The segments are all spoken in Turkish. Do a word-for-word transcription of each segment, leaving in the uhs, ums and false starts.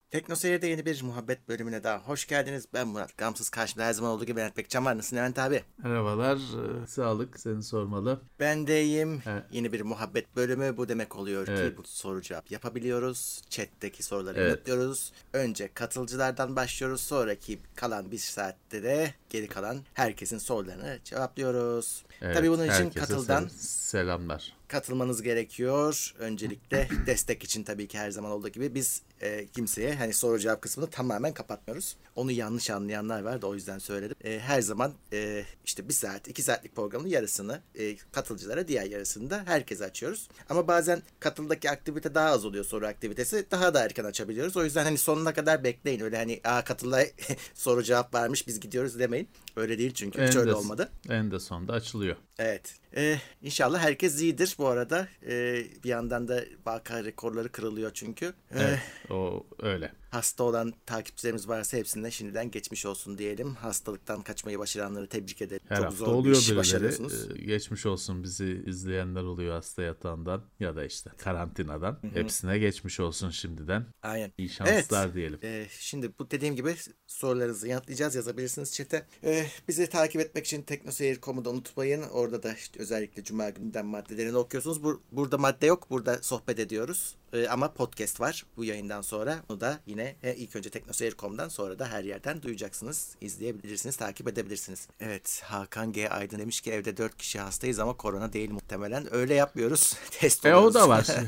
Teknoseyir'de yeni bir muhabbet bölümüne daha hoş geldiniz. Ben Murat. Gamsız karşımda her zaman olduğu gibi Levent Bekcan var. Nasılsın Levent abi? Merhabalar, e, sağlık seni sormalı. Ben de iyiyim. E, Yeni bir muhabbet bölümü. Bu demek oluyor ki evet, bu soru cevap yapabiliyoruz. Chat'teki soruları evet, yanıtlıyoruz. Önce katılımcılardan başlıyoruz. Sonraki kalan bir saatte de geri kalan herkesin sorularını cevaplıyoruz. Tabii evet. bunun için Herkese katıldan sel- selamlar. katılmanız gerekiyor. Öncelikle destek için tabii ki her zaman olduğu gibi biz e, kimseye hani soru cevap kısmını tamamen kapatmıyoruz. Onu yanlış anlayanlar var da o yüzden söyledim. E, her zaman e, işte bir saat, iki saatlik programın yarısını e, katılımcılara, diğer yarısını da herkese açıyoruz. Ama bazen katıldaki aktivite daha az oluyor, soru aktivitesi. Daha da erken açabiliyoruz. O yüzden hani sonuna kadar bekleyin. Öyle hani aa katılda soru cevap varmış biz gidiyoruz demeyin. Öyle değil çünkü hiç En öyle de, olmadı. en de sonunda açılıyor. Evet. Ee, inşallah herkes iyidir bu arada. Ee, bir yandan da vaka rekorları kırılıyor çünkü. Ee, Evet, o öyle. hasta olan takipçilerimiz varsa hepsine şimdiden geçmiş olsun diyelim. Hastalıktan kaçmayı başaranları tebrik ederim. Her Çok hafta zor bir oluyor iş birileri. başarıyorsunuz. E, geçmiş olsun bizi izleyenler oluyor hasta yatağından ya da işte karantinadan. Hepsine geçmiş olsun şimdiden. Aynen. İyi Evet. şanslar diyelim. Ee, şimdi bu dediğim gibi sorularınızı yanıtlayacağız. Yazabilirsiniz chat'e. Ee, bizi takip etmek için teknoseyir nokta com'u da unutmayın. Orada da işte özellikle Cuma gündem maddelerini okuyorsunuz. Bur- burada madde yok. Burada sohbet ediyoruz. Ee, ama podcast var bu yayından sonra. Bunu da yine e, ilk önce teknoseyir nokta com'dan sonra da her yerden duyacaksınız. İzleyebilirsiniz, takip edebilirsiniz. Evet, Hakan G. Aydın demiş ki evde dört kişi hastayız ama korona değil muhtemelen. Öyle yapmıyoruz. Test E o oluyoruz. da var.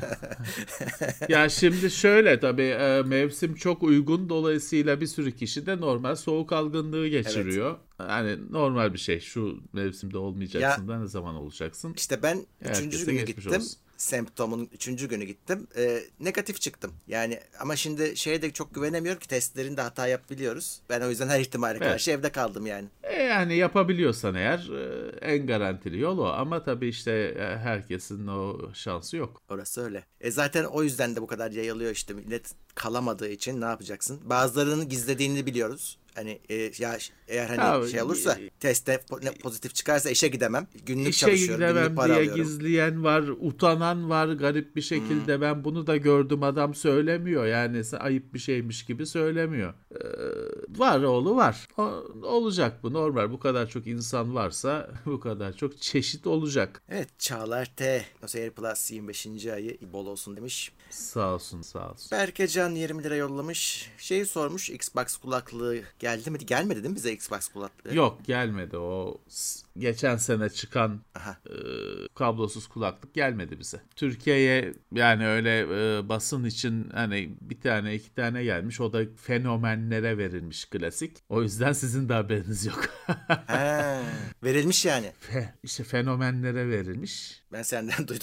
Ya şimdi şöyle tabii e, mevsim çok uygun dolayısıyla bir sürü kişi de normal soğuk algınlığı Evet. geçiriyor. Yani normal bir şey. Şu mevsimde Ya olmayacaksın da ne zaman olacaksın? İşte ben üçüncü Herkese günü geçmiş gittim. olsun. Semptomun üçüncü günü gittim. Ee, negatif çıktım. Yani ama şimdi şeye de çok güvenemiyorum ki testlerinde hata yapabiliyoruz. Ben o yüzden her ihtimale Evet. karşı evde kaldım yani. E yani yapabiliyorsan eğer e, en garantili yol o. Ama tabii işte e, herkesin o şansı yok. Orası öyle. E zaten o yüzden de bu kadar yayılıyor işte. Millet kalamadığı için ne yapacaksın? Bazılarının gizlediğini biliyoruz. Hani e, ya eğer hani Ya şey olursa testte po- ne pozitif çıkarsa işe gidemem. Günlük İşe çalışıyorum. Günlük gidemem para diye alıyorum. gizleyen var, utanan var garip bir Hmm. şekilde. Ben bunu da gördüm, adam söylemiyor. Yani se- ayıp bir şeymiş gibi söylemiyor. Ee, var oğlu var. O- olacak bu normal. Bu kadar çok insan varsa bu kadar çok çeşit olacak. Evet, Çağlar T. Noseyir Plus yirmi beşinci ayı bol olsun demiş. Sağ olsun, sağ olsun. Berkecan yirmi lira yollamış. Şeyi sormuş. Xbox kulaklığı geldi mi? Gelmedi değil mi bize Xbox kulaklığı? Yok gelmedi o s- geçen sene çıkan Aha. e, kablosuz kulaklık gelmedi bize. Türkiye'ye yani öyle e, basın için hani bir tane iki tane gelmiş, o da fenomenlere verilmiş klasik. O yüzden sizin de haberiniz yok. Ha, verilmiş yani. Fe, işte fenomenlere verilmiş. Ben senden duydum.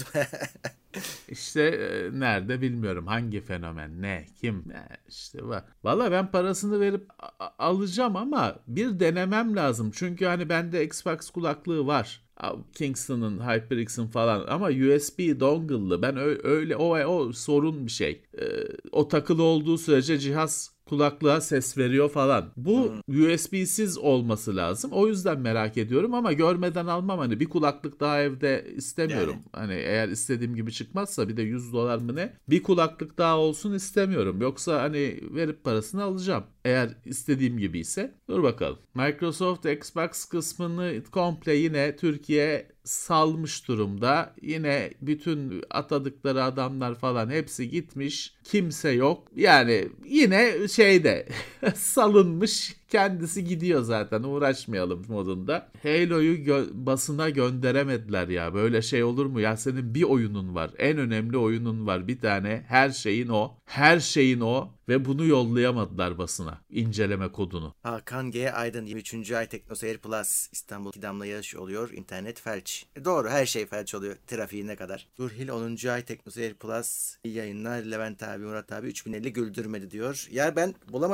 İşte e, nerede bilmiyorum, hangi fenomen, ne, kim, ne, işte var. Valla ben parasını verip a- a- alacağım ama bir denemem lazım. Çünkü hani bende Xbox kulaklığı var. Kingston'ın, HyperX'in falan ama U S B dongle'lı. Ben ö- öyle o o sorun bir şey. Ee, o takılı olduğu sürece cihaz kulaklığa ses veriyor falan. Bu Hmm, U S B'siz olması lazım. O yüzden merak ediyorum ama görmeden almam, hani bir kulaklık daha evde istemiyorum. yani. Hani eğer istediğim gibi çıkmazsa bir de yüz dolar mı ne? Bir kulaklık daha olsun istemiyorum. Yoksa hani verip parasını alacağım. Eğer istediğim gibi ise dur bakalım. Microsoft Xbox kısmını komple yine Türkiye salmış durumda. Yine bütün atadıkları adamlar falan hepsi gitmiş. Kimse yok. Yani yine şeyde salınmış. Kendisi gidiyor zaten, uğraşmayalım modunda. Halo'yu gö- basına gönderemediler ya. Böyle şey olur mu ya? Senin bir oyunun var. En önemli oyunun var bir tane. Her şeyin o. Her şeyin o. Ve bunu yollayamadılar basına. İnceleme kodunu. Hakan G. Aydın yirmi üçüncü ay Teknoseyir Plus. İstanbul iki damla yağış oluyor. İnternet felç. E doğru, her şey felç oluyor. Trafiğine kadar. Durhil onuncu ay Teknoseyir Plus. İyi yayınlar. Levent abi, Murat abi üç bin elli güldürmedi diyor. Ya ben bulamadım ki, çok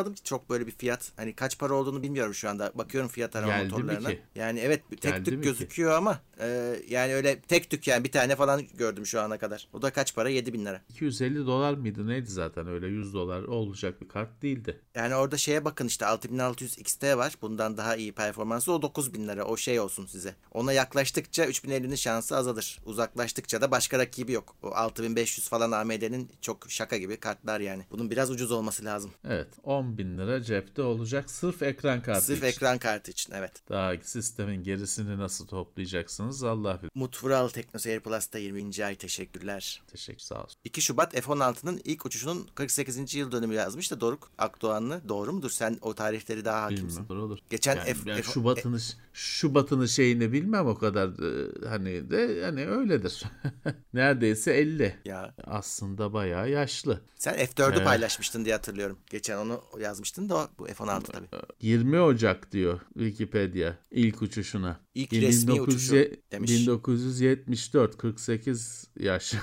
çok böyle bir fiyat. Hani kaç para olduğunu bilmiyorum şu anda. Bakıyorum fiyat arama Geldi mi motorlarına. ki? Yani evet tek Geldi mi tük ki? gözüküyor ama e, yani öyle tek tük yani bir tane falan gördüm şu ana kadar. O da kaç para? yedi bin lira. iki yüz elli dolar mıydı neydi zaten, öyle yüz dolar olacak bir kart değildi. Yani orada şeye bakın işte altı bin altı yüz X T var. Bundan daha iyi performansı o dokuz bin lira. O şey olsun size. Ona yaklaştıkça üç bin ellinin şansı azalır. Uzaklaştıkça da başka rakibi yok. O altı bin beş yüz falan A M D'nin çok şaka gibi kartlar yani. Bunun biraz ucuz olması lazım. Evet, on bin lira cepte olacak sırf ekran kartı Sırf için. ekran kartı için evet. Daha sistemin gerisini nasıl toplayacaksınız Allah bilir. Umut Vural TeknoSeyir Plus'ta yirminci ay teşekkürler. Teşekkür, sağ olsun. iki Şubat F on altının ilk uçuşunun kırk sekizinci yıl dönümü yazmış da Doruk Akdoğanlı. Doğru mudur? Sen o tarihleri daha hakimsin. Bilmem, olur. Geçen Yani, F, yani F- Şubat'ını Şubat'ını şeyini bilmem o kadar, e, hani de hani öyledir. Neredeyse elli. ya Aslında bayağı yaşlı. sen F dördü Ee, paylaşmıştın diye hatırlıyorum. Geçen onu yazmıştın da o, bu F on altı tabii. yirmi Ocak diyor Wikipedia ilk uçuşuna. İlk bin resmi dokuz yüz uçuşu demiş. bin dokuz yüz yetmiş dört, kırk sekiz yaş.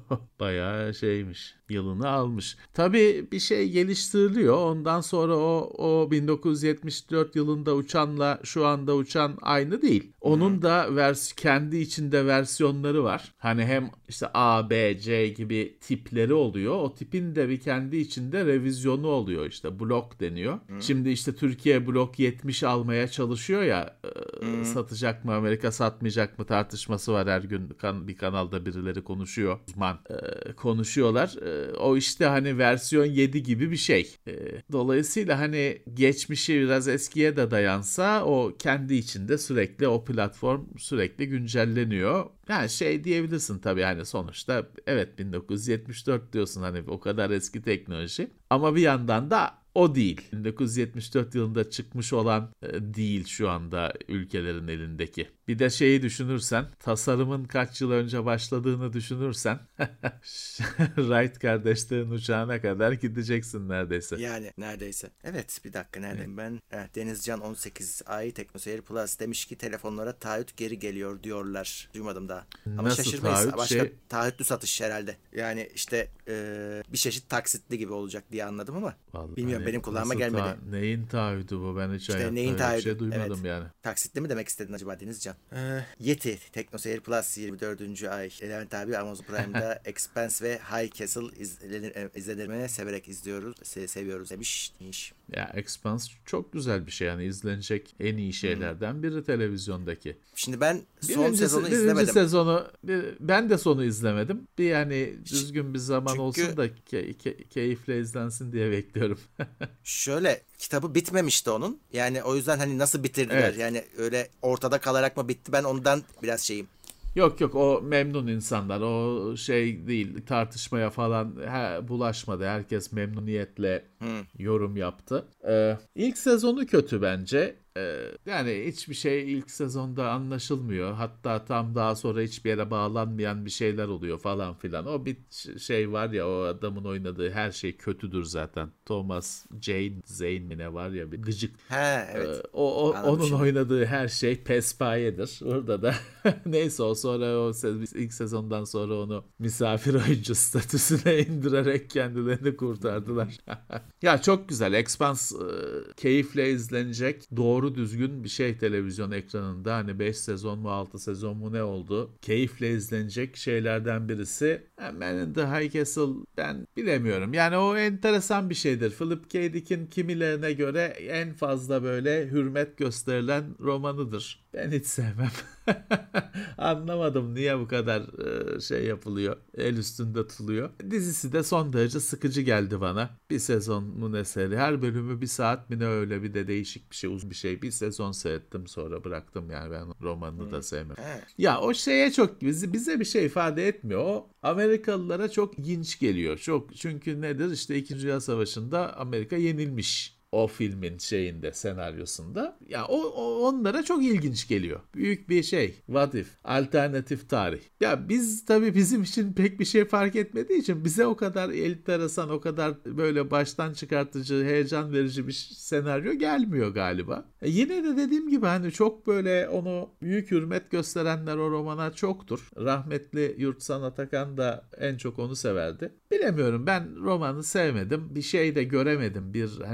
Bayağı şeymiş. Yılını almış. Tabii bir şey geliştiriliyor. Ondan sonra o o bin dokuz yüz yetmiş dört yılında uçanla şu anda uçan aynı değil. Onun hmm. da vers kendi içinde versiyonları var. Hani hem işte A, B, C gibi tipleri oluyor. O tipin de bir kendi içinde revizyonu oluyor, işte blok deniyor. Hmm. Şimdi işte Türkiye blok yetmiş almaya çalışıyor ya, hmm. satacak mı Amerika, satmayacak mı tartışması var her gün, kan, bir kanalda birileri konuşuyor, uzman e, konuşuyorlar. E, o işte hani versiyon yedi gibi bir şey. E, dolayısıyla hani geçmişi biraz eskiye de dayansa o kendi içinde sürekli o platform sürekli güncelleniyor. Yani şey diyebilirsin tabii, hani sonuçta evet bin dokuz yüz yetmiş dört diyorsun, hani o kadar eski teknoloji. Ama bir yandan da o değil. bin dokuz yüz yetmiş dört yılında çıkmış olan e, değil şu anda ülkelerin elindeki. Bir de şeyi düşünürsen, tasarımın kaç yıl önce başladığını düşünürsen Wright kardeşlerin uçağına kadar gideceksin neredeyse. Yani neredeyse. Evet bir dakika neredeyim evet. ben? Evet, Denizcan on sekiz ay TeknoSeyir Plus demiş ki telefonlara taahhüt geri geliyor diyorlar. Duymadım daha. Ama nasıl şaşırmayız. Taahhüt? Başka şey... taahhütlü satış herhalde. Yani işte e, bir çeşit taksitli gibi olacak diye anladım ama vallahi bilmiyorum, hani benim kulağıma gelmedi. Ta- neyin taahhütü bu? Ben hiç işte neyin taahhütü? Bir şey duymadım evet. Yani. Taksitli mi demek istedin acaba Denizcan? Ee, Yeti TeknoSeyir Plus yirmi dördüncü ay. Levent abi Amazon Prime'da Expanse ve High Castle izlenir, izlenirmeye severek izliyoruz. Se- seviyoruz demiş. Demiş. Ya Expanse çok güzel bir şey, yani izlenecek en iyi şeylerden hmm. biri televizyondaki. Şimdi ben son birinci, sezonu birinci izlemedim. Birinci sezonu bir, ben de sonu izlemedim. Bir yani düzgün bir zaman Çünkü, olsun da ke- ke- keyifle izlensin diye bekliyorum. Şöyle kitabı bitmemişti onun. Yani o yüzden hani nasıl bitirdiler? Evet. Yani öyle ortada kalarak mı bitti? Ben ondan biraz şeyim. Yok yok, o memnun insanlar, o şey değil, tartışmaya falan he, bulaşmadı, herkes memnuniyetle hmm. yorum yaptı. Ee, ilk sezonu kötü bence. Ee, yani hiçbir şey ilk sezonda anlaşılmıyor, hatta tam daha sonra hiçbir yere bağlanmayan bir şeyler oluyor falan filan. O bir şey var ya, o adamın oynadığı her şey kötüdür zaten. Thomas Jane Zane mi ne var ya, bir gıcık. He evet. Ee, o, o onun şimdi. oynadığı her şey pespayedir. Orada da neyse, o sonra o ilk sezondan sonra onu misafir oyuncu statüsüne indirerek kendilerini kurtardılar. Ya çok güzel. Expanse e, keyifle izlenecek, doğru düzgün bir şey televizyon ekranında. Hani beş sezon mu altı sezon mu ne oldu? Keyifle izlenecek şeylerden birisi. Man in the High Castle ben bilemiyorum. Yani o enteresan bir şeydir. Philip K. Dick'in kimilerine göre en fazla böyle hürmet gösterilen romanıdır. Ben hiç sevmem. Anlamadım niye bu kadar şey yapılıyor. El üstünde tutuluyor. Dizisi de son derece sıkıcı geldi bana. Bir sezonun eseri. Her bölümü bir saat mi ne, öyle bir de değişik bir şey, uzun bir şey. Bir sezon seyrettim sonra bıraktım, yani ben romanını hmm. da sevmem. Evet. Ya o şeye çok bize, bize bir şey ifade etmiyor. O Amerikalılara çok ilginç geliyor. Çok, çünkü nedir? İşte İkinci Dünya Savaşı'nda Amerika yenilmiş. O filmin şeyinde, senaryosunda. Ya o, o onlara çok ilginç geliyor. Büyük bir şey. What if? Alternatif tarih. Ya biz tabii, bizim için pek bir şey fark etmediği için bize o kadar enteresan, o kadar böyle baştan çıkartıcı, heyecan verici bir senaryo gelmiyor galiba. E yine de dediğim gibi hani çok böyle onu büyük hürmet gösterenler o romana çoktur. Rahmetli Yurtsan Atakan da en çok onu severdi. Bilemiyorum, ben romanı sevmedim. Bir şey de göremedim. Bir hani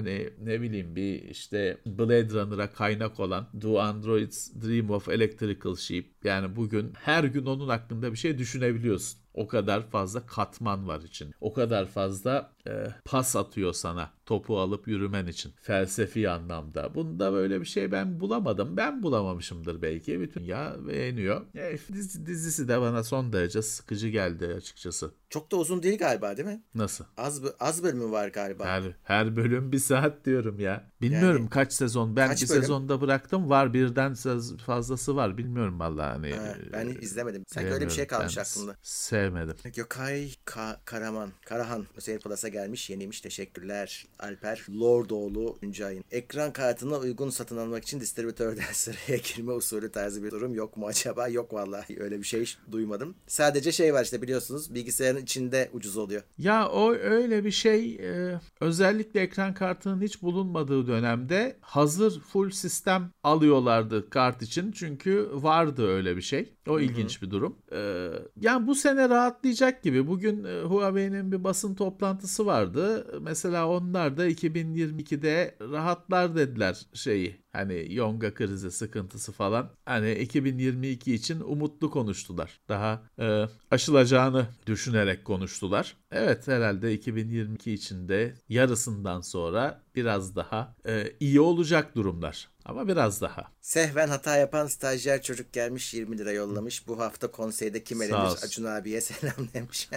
ne bileyim bir işte Blade Runner'a kaynak olan Do Androids Dream of Electrical Sheep, yani bugün her gün onun hakkında bir şey düşünebiliyorsun. O kadar fazla katman var için. O kadar fazla e, pas atıyor sana topu alıp yürümen için. Felsefi anlamda. Bunda böyle bir şey ben bulamadım. Ben bulamamışımdır belki. Bütün ya beğeniyor. E, dizi, dizisi de bana son derece sıkıcı geldi açıkçası. Çok da uzun değil galiba, değil mi? Nasıl? Az az bölümü var galiba. Her, her bölüm bir saat diyorum ya. Bilmiyorum yani, kaç sezon. Ben kaç bir bölüm? Sezonda bıraktım. Var birden fazlası var. Bilmiyorum vallahi. Hani, ha, ben izlemedim. Sanki öyle bir şey kalmış ben aklımda. Sevmedim. Gökay Ka- Karaman. Karahan. Hüseyin Plus'a gelmiş. Yeniymiş. Teşekkürler. Alper Lordoğlu. Üçüncü ayın. Ekran kartına uygun satın almak için distribütörden sıraya girme usulü tarzı bir durum yok mu acaba? Yok vallahi. Öyle bir şey hiç duymadım. Sadece şey var işte, biliyorsunuz. Bilgisayarın içinde ucuz oluyor. Ya o öyle bir şey, e, özellikle ekran kartının hiç bulunmadığı dönemde hazır full sistem alıyorlardı kart için. Çünkü vardı öyle bir şey. O Hı-hı. ilginç bir durum. E, yani bu sene rahatlayacak gibi. Bugün e, Huawei'nin bir basın toplantısı vardı. Mesela onlar da iki bin yirmi ikide rahatlar dediler şeyi. Hani Yonga krizi sıkıntısı falan. Hani iki bin yirmi iki için umutlu konuştular. Daha e, aşılacağını düşünerek konuştular. Evet, herhalde iki bin yirmi iki için de yarısından sonra biraz daha e, iyi olacak durumlar. Ama biraz daha. Sehven hata yapan stajyer çocuk gelmiş, yirmi lira yollamış. Bu hafta konseyde kim elenir? Acun abiye selam demiş.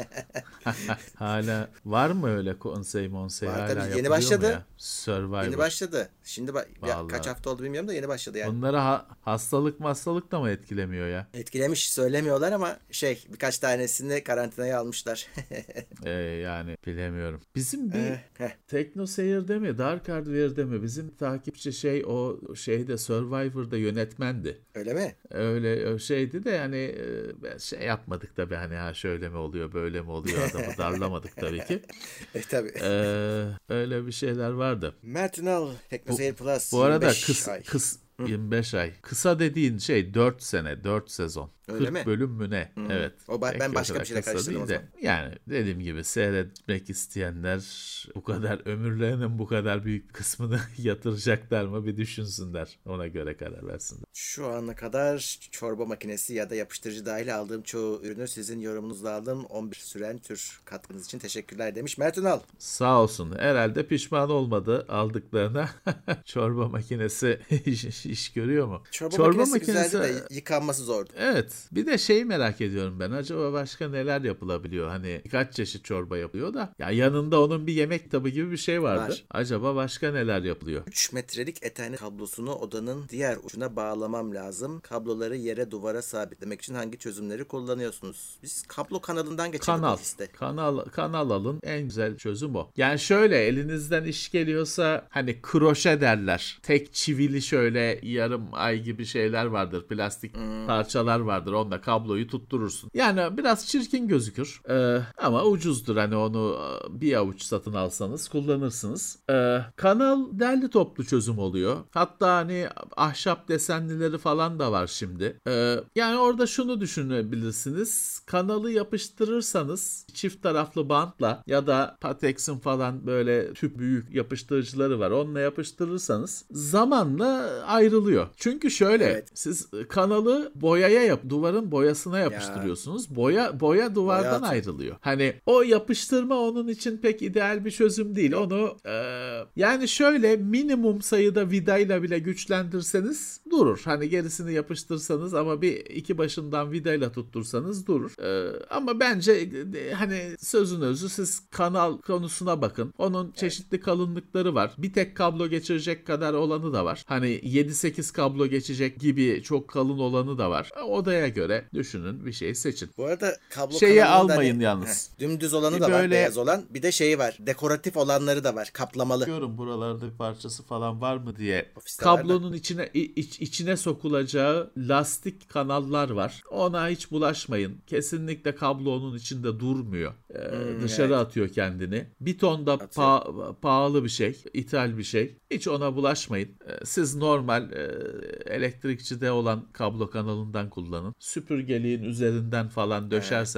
Hala var mı öyle konsey monsey? Var hala tabii, yeni başladı. Survivor. Yeni başladı. Şimdi ba- ya, kaç hafta oldu bilmiyorum da yeni başladı yani. Onları ha- hastalık hastalık da mı etkilemiyor ya? Etkilemiş söylemiyorlar ama şey, birkaç tanesini karantinaya almışlar. ee, yani bilemiyorum. Bizim bir ee, Tekno Seyir'de mi Dark Hardware'de mi bizim takipçi şey o şeyde Survivor'da yönetmendi. Öyle mi? Öyle şeydi de yani şey yapmadık tabii, hani ha şöyle mi oluyor böyle mi oluyor, adamı darlamadık tabii ki. e tabii. Ee, öyle bir şeyler vardı. Mert Ünal, Tekno Seyir Plus. Bu arada kıs, kıs yirmi beş ay. Kısa dediğin şey dört sene, dört sezon. Öyle kırk mi? bölüm mü ne? Hmm. Evet. O ben, ben başka bir şeyle karıştırdım o zaman. Yani dediğim gibi seyretmek isteyenler bu kadar ömürlerinin bu kadar büyük kısmını yatıracaklar mı bir düşünsünler. Ona göre karar versinler. Şu ana kadar çorba makinesi ya da yapıştırıcı dahil aldığım çoğu ürünü sizin yorumunuzla aldım. on bir süren tür katkınız için teşekkürler demiş Mert Ünal. Sağ olsun. Herhalde pişman olmadı aldıklarına. Çorba makinesi iş, iş görüyor mu? Çorba, çorba makinesi, makinesi güzeldi de yıkanması zordu. Evet. Bir de şeyi merak ediyorum ben. Acaba başka neler yapılabiliyor? Hani kaç çeşit çorba yapıyor da. Ya yanında onun bir yemek kitabı gibi bir şey vardı. Var. Acaba başka neler yapılıyor? üç metrelik Ethernet kablosunu odanın diğer ucuna bağlamam lazım. Kabloları yere, duvara sabitlemek için hangi çözümleri kullanıyorsunuz? Biz kablo kanalından geçelim. Kanal. Kanal kanal alın. En güzel çözüm o. Yani şöyle elinizden iş geliyorsa hani kroşe derler. Tek çivili şöyle yarım ay gibi şeyler vardır. Plastik hmm. parçalar vardır. Onda kabloyu tutturursun. Yani biraz çirkin gözükür. Ee, ama ucuzdur. Hani onu bir avuç satın alsanız kullanırsınız. Ee, kanal derli toplu çözüm oluyor. Hatta hani ahşap desenlileri falan da var şimdi. Ee, yani orada şunu düşünebilirsiniz. Kanalı yapıştırırsanız çift taraflı bantla ya da Patex'in falan böyle tüp büyük yapıştırıcıları var. Onunla yapıştırırsanız zamanla ayrılıyor. Çünkü şöyle evet. Siz kanalı boyaya yap, duvarın boyasına yapıştırıyorsunuz. Ya. Boya boya duvardan boya ayrılıyor. Hani o yapıştırma onun için pek ideal bir çözüm değil. Onu e, yani şöyle minimum sayıda vidayla bile güçlendirseniz durur. Hani gerisini yapıştırsanız ama bir iki başından vidayla tuttursanız durur. E, ama bence hani sözün özü siz kanal konusuna bakın. Onun evet. çeşitli kalınlıkları var. Bir tek kablo geçirecek kadar olanı da var. Hani yedi sekiz kablo geçecek gibi çok kalın olanı da var. Odaya göre düşünün, bir şey seçin. Bu arada kablo şeyi almayın hani, yalnız. Heh, dümdüz olanı bir da böyle... var, beyaz olan. Bir de şeyi var. Dekoratif olanları da var. Kaplamalı. Diyorum buralarda bir parçası falan var mı diye. Ofiste kablonun içine iç, içine sokulacağı lastik kanallar var. Ona hiç bulaşmayın. Kesinlikle kablo onun içinde durmuyor. Ee, hmm, dışarı evet. atıyor kendini. Bir ton da pa- pahalı bir şey. İthal bir şey. Hiç ona bulaşmayın. Ee, siz normal e, elektrikçide olan kablo kanalından kullanın. Süpürgeliğin üzerinden falan döşerseniz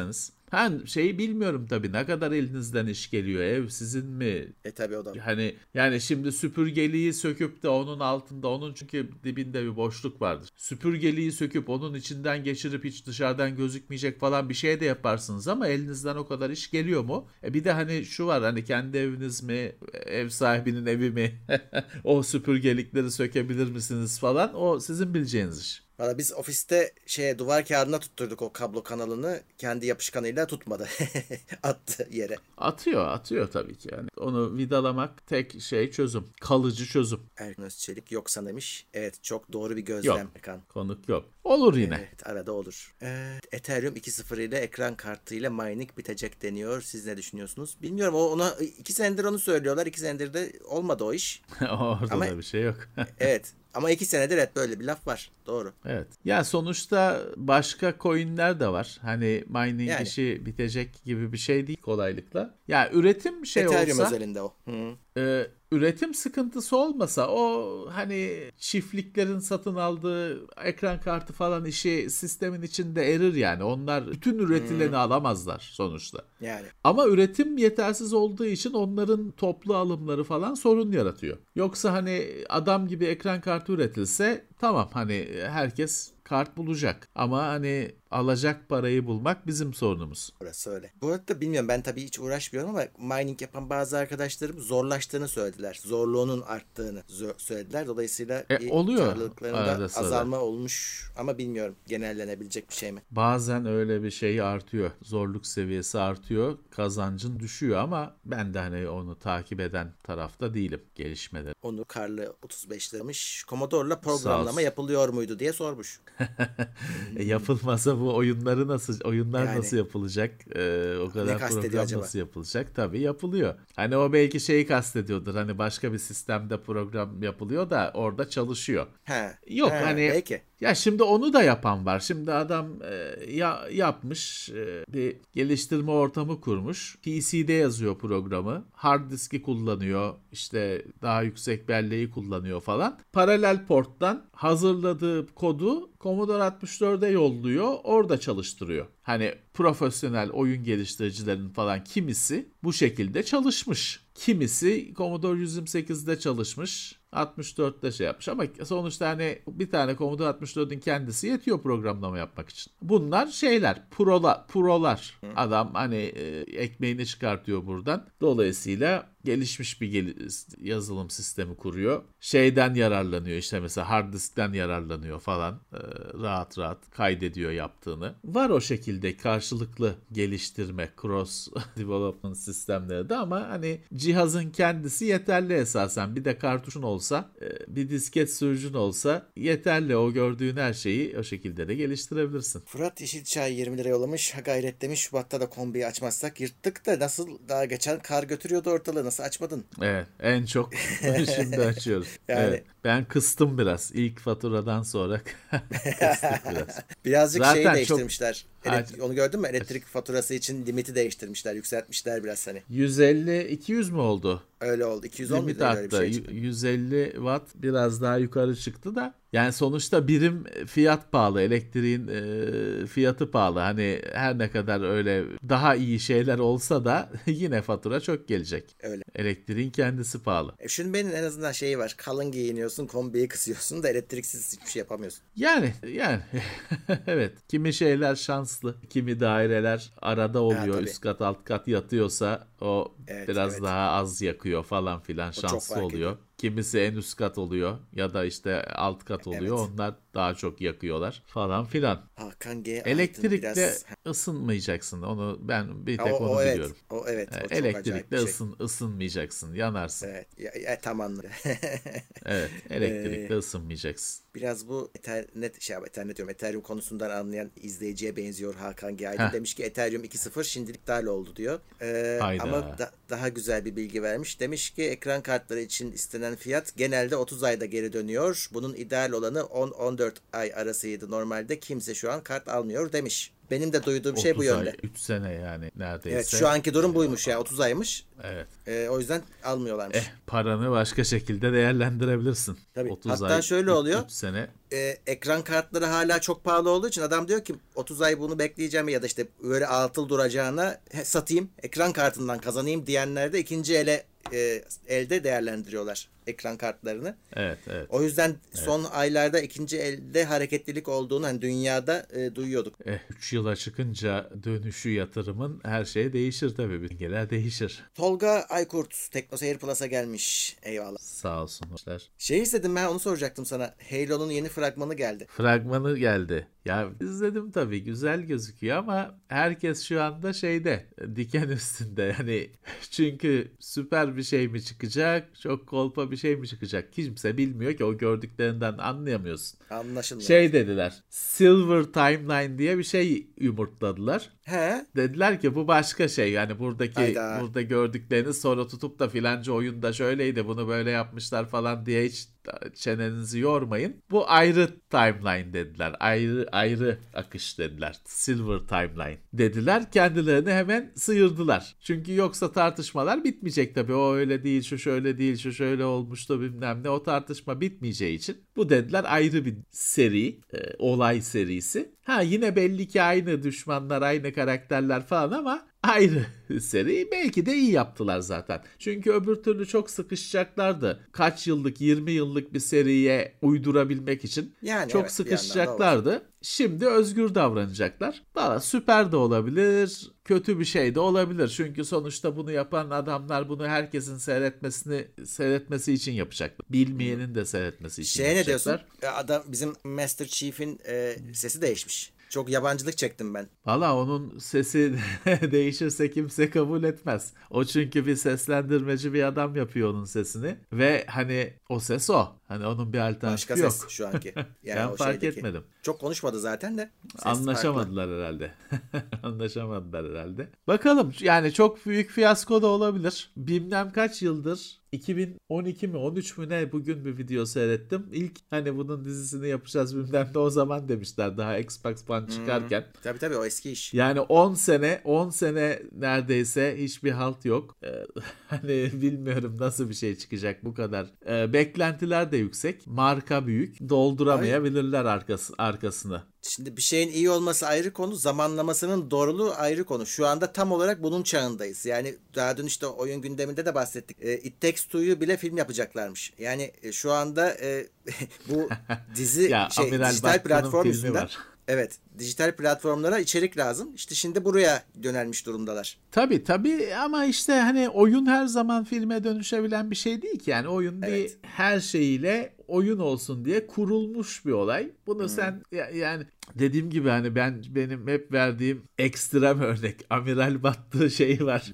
Ha, şeyi bilmiyorum tabii, ne kadar elinizden iş geliyor, ev sizin mi? E tabii o da. Hani yani şimdi süpürgeliği söküp de onun altında, onun çünkü dibinde bir boşluk vardır. Süpürgeliği söküp onun içinden geçirip hiç dışarıdan gözükmeyecek falan bir şey de yaparsınız ama elinizden o kadar iş geliyor mu? E bir de hani şu var, hani kendi eviniz mi, ev sahibinin evi mi? O süpürgelikleri sökebilir misiniz falan, o sizin bileceğiniz iş. Valla biz ofiste şeye duvar kağıdına tutturduk o kablo kanalını. Kendi yapışkanıyla tutmadı. Attı yere. Atıyor, atıyor tabii ki yani. Onu vidalamak tek şey çözüm. Kalıcı çözüm. Erkan Özçelik yoksa demiş. Evet, çok doğru bir gözlem Yok. Erkan. Konuk yok. Olur yine. Evet, arada olur. Ee, Ethereum iki nokta sıfır ile ekran kartıyla mining bitecek deniyor. Siz ne düşünüyorsunuz? Bilmiyorum. O ona iki senedir onu söylüyorlar. iki senedir de olmadı o iş. Orada Ama da bir şey yok. evet. Ama iki senedir evet böyle bir laf var. Doğru. Evet. Ya sonuçta başka coinler de var. Hani mining Yani. işi bitecek gibi bir şey değil kolaylıkla. Ya üretim şey Ethereum olsa, özelinde o. Hı. e, üretim sıkıntısı olmasa, o hani çiftliklerin satın aldığı ekran kartı falan işi sistemin içinde erir yani. Onlar bütün üretileni Hı. alamazlar sonuçta. Yani. Ama üretim yetersiz olduğu için onların toplu alımları falan sorun yaratıyor. Yoksa hani adam gibi ekran kartı üretilse tamam, hani herkes kart bulacak. Ama hani alacak parayı bulmak bizim sorunumuz. Orası öyle. Bu arada bilmiyorum, ben tabii hiç uğraşmıyorum ama mining yapan bazı arkadaşlarım zorlaştığını söylediler. Zorluğunun arttığını zo- söylediler. Dolayısıyla E, bir oluyor karlılıklarında arada sırada. azalma olmuş ama bilmiyorum genellenebilecek bir şey mi? Bazen öyle bir şey artıyor. Zorluk seviyesi artıyor. Kazancın düşüyor ama ben de hani onu takip eden tarafta değilim, gelişmeleri. Onur Karlı otuz beş demiş. Commodore'la Sağ programlama olsun. yapılıyor muydu diye sormuş. E, yapılmasa bu oyunları nasıl oyunlar Yani nasıl yapılacak? E, o ne kadar kastediyor program acaba? nasıl yapılacak? Tabii yapılıyor. Hani o belki şeyi kastediyordur. Hani başka bir sistemde program yapılıyor da orada çalışıyor. He. Yok He, hani, belki. ya şimdi onu da yapan var. Şimdi adam e, ya yapmış, e, bir geliştirme ortamı kurmuş. P C'de yazıyor programı. Hard diski kullanıyor. İşte daha yüksek belleği kullanıyor falan. Paralel porttan hazırladığı kodu Commodore altmış dörde yolluyor. Orada çalıştırıyor. Hani profesyonel oyun geliştiricilerin falan kimisi bu şekilde çalışmış. Kimisi Commodore yüz yirmi sekizde çalışmış. altmış dörtte şey yapmış ama sonuçta hani bir tane Commodore altmış dördün kendisi yetiyor programlama yapmak için. Bunlar şeyler, prolar, prolar. Adam hani e, ekmeğini çıkartıyor buradan. Dolayısıyla gelişmiş bir gel- yazılım sistemi kuruyor. Şeyden yararlanıyor, işte mesela hard diskten yararlanıyor falan. E, rahat rahat kaydediyor yaptığını. Var o şekilde karşılıklı geliştirme, cross development sistemleri de ama hani cihazın kendisi yeterli esasen. Bir de kartuşun olsa, bir disket sürücün olsa yeterli. O gördüğün her şeyi o şekilde de geliştirebilirsin. Fırat Yeşilçay yirmi lira yollamış. Ha gayret demiş. Şubat'ta da kombiyi açmazsak yırttık da nasıl, daha geçen kar götürüyordu ortalığı. Nasıl açmadın? Evet, en çok şimdi açıyoruz. Yani Evet, ben kıstım biraz. İlk faturadan sonra kıstık biraz. birazcık şeyi Zaten çok değiştirmişler. aç, Ele- onu gördün mü? Elektrik faturası için limiti değiştirmişler. Yükseltmişler biraz hani. yüz elli iki yüz mü oldu? Öyle oldu. iki yüz on Limit muydu? Öyle bir arttı. şey çıktı. yüz elli watt biraz daha yukarı çıktı da. Yani sonuçta birim fiyat pahalı. Elektriğin e, fiyatı pahalı. Hani her ne kadar öyle daha iyi şeyler olsa da yine fatura çok gelecek. Öyle. Elektriğin kendisi pahalı. E şunun benim en azından şeyi var. Kalın giyiniyorsun, kombiyi kısıyorsun da elektriksiz hiçbir şey yapamıyorsun. Yani yani evet, kimi şeyler şanslı, kimi daireler arada Ha oluyor, tabii. üst kat alt kat yatıyorsa o Evet, biraz evet. daha az yakıyor falan filan, O çok şanslı fark ediyor. oluyor. Kimisi en üst kat oluyor ya da işte alt kat oluyor, Evet. onlar daha çok yakıyorlar falan filan. Hakan G. Aydın Elektrikle biraz... ısınmayacaksın, onu ben bir Ha, o, tek o onu evet. biliyorum. O evet. E, O çok acayip bir Elektrikle şey. ısın ısınmayacaksın, yanarsın. Evet. Ya, ya, tam anladım. Evet, Ee, elektrikle ısınmayacaksın. Biraz bu Ethernet, şey, Ethernet diyorum, Ethereum konusundan anlayan izleyiciye benziyor Hakan G. Aydın. Heh, Demiş ki Ethereum iki nokta sıfır şimdilik dahil oldu diyor. Ee, ama hayda. da- daha güzel bir bilgi vermiş. Demiş ki ekran kartları için istenen fiyat genelde otuz ayda geri dönüyor. Bunun ideal olanı on dört ay arasıydı normalde. Kimse şu an kart almıyor demiş. Benim de duyduğum şey bu yönde. Ay, üç sene yani neredeyse. Evet, şu anki durum buymuş ya, otuz aymış. Evet. Ee, o yüzden almıyorlarmış. Eh, paranı başka şekilde değerlendirebilirsin. Tabii. otuz Hatta ay, şöyle oluyor. üç sene. E, ekran kartları hala çok pahalı olduğu için adam diyor ki otuz ay bunu bekleyeceğim ya da işte böyle atıl duracağına he, satayım, ekran kartından kazanayım diyenler de ikinci ele e, elde değerlendiriyorlar ekran kartlarını. Evet, evet. O yüzden evet. son aylarda ikinci elde hareketlilik olduğunu hani dünyada e, duyuyorduk. Eh, üç yıla çıkınca dönüşü yatırımın her şey değişir tabii. Bilgiler değişir. Tolga Aykurt Tekno Seyir Plus'a gelmiş. Eyvallah. Sağ olsun. Şey istedim, ben onu soracaktım sana. Halo'nun yeni fragmanı geldi. Fragmanı geldi. Ya izledim tabii, güzel gözüküyor ama herkes şu anda şeyde, diken üstünde yani, çünkü süper bir şey mi çıkacak, çok kolpa bir şey mi çıkacak, kimse bilmiyor ki, o gördüklerinden anlayamıyorsun. Anlaşılmıyor. Şey dediler, Silver Timeline diye bir şey yumurtladılar. He? Dediler ki bu başka şey, yani buradaki Hayda. burada gördüklerini sonra tutup da filanca oyunda şöyleydi, bunu böyle yapmışlar falan diye hiç çenenizi yormayın. Bu ayrı timeline dediler. Ayrı ayrı akış dediler. Silver Timeline dediler. Kendilerini hemen sıyırdılar. Çünkü yoksa tartışmalar bitmeyecek tabii. O öyle değil, şu şöyle değil, şu şöyle olmuştu bilmem ne. O tartışma bitmeyeceği için bu dediler ayrı bir seri, e, olay serisi. Ha, yine belli ki aynı düşmanlar, aynı karakterler falan ama ayrı seri. Belki de iyi yaptılar zaten. Çünkü öbür türlü çok sıkışacaklardı. Kaç yıllık, yirmi yıllık bir seriye uydurabilmek için yani çok evet, sıkışacaklardı. Şimdi özgür davranacaklar. Valla süper de olabilir, kötü bir şey de olabilir. Çünkü sonuçta bunu yapan adamlar bunu herkesin seyretmesini seyretmesi için yapacaklar. Bilmeyenin de seyretmesi için şey yapacaklar. Şey ne diyorsun? Adam, bizim Master Chief'in e, sesi değişmiş. Çok yabancılık çektim ben. Valla onun sesi değişirse kimse kabul etmez. O çünkü bir seslendirmeci bir adam yapıyor onun sesini. Ve hani o ses o. Hani onun bir alternatifi Başka yok. ses şu anki. Yani ben o fark şeydeki. etmedim. Çok konuşmadı zaten de. Anlaşamadılar farklı. herhalde. Anlaşamadılar herhalde. Bakalım, yani çok büyük fiyasko da olabilir. Bilmem kaç yıldır, iki bin on iki mi on üç mü ne, bugün bir video seyrettim. İlk hani bunun dizisini yapacağız bilmem de o zaman demişler, daha Xbox One çıkarken. Hmm, tabii tabii, o eski iş. Yani on sene on sene neredeyse hiçbir halt yok. Ee, hani bilmiyorum nasıl bir şey çıkacak bu kadar. Ee, beklentiler de yüksek. Marka büyük. Dolduramayabilirler arkası, arkasını. Şimdi bir şeyin iyi olması ayrı konu, zamanlamasının doğruluğu ayrı konu. Şu anda tam olarak bunun çağındayız. Yani daha dün işte oyun gündeminde de bahsettik. E, It Takes Two'yu bile film yapacaklarmış. Yani e, şu anda e, bu dizi ya, şey Amiral dijital Batkı'nın platform filmi yüzünden. var. Evet, dijital platformlara içerik lazım. İşte şimdi buraya yönelmiş durumdalar. Tabii tabii ama işte hani oyun her zaman filme dönüşebilen bir şey değil ki. Yani oyun Evet. bir her şeyiyle oyun olsun diye kurulmuş bir olay. Bunu hmm. sen ya, yani dediğim gibi hani ben benim hep verdiğim ekstrem örnek Amiral Battı şeyi var.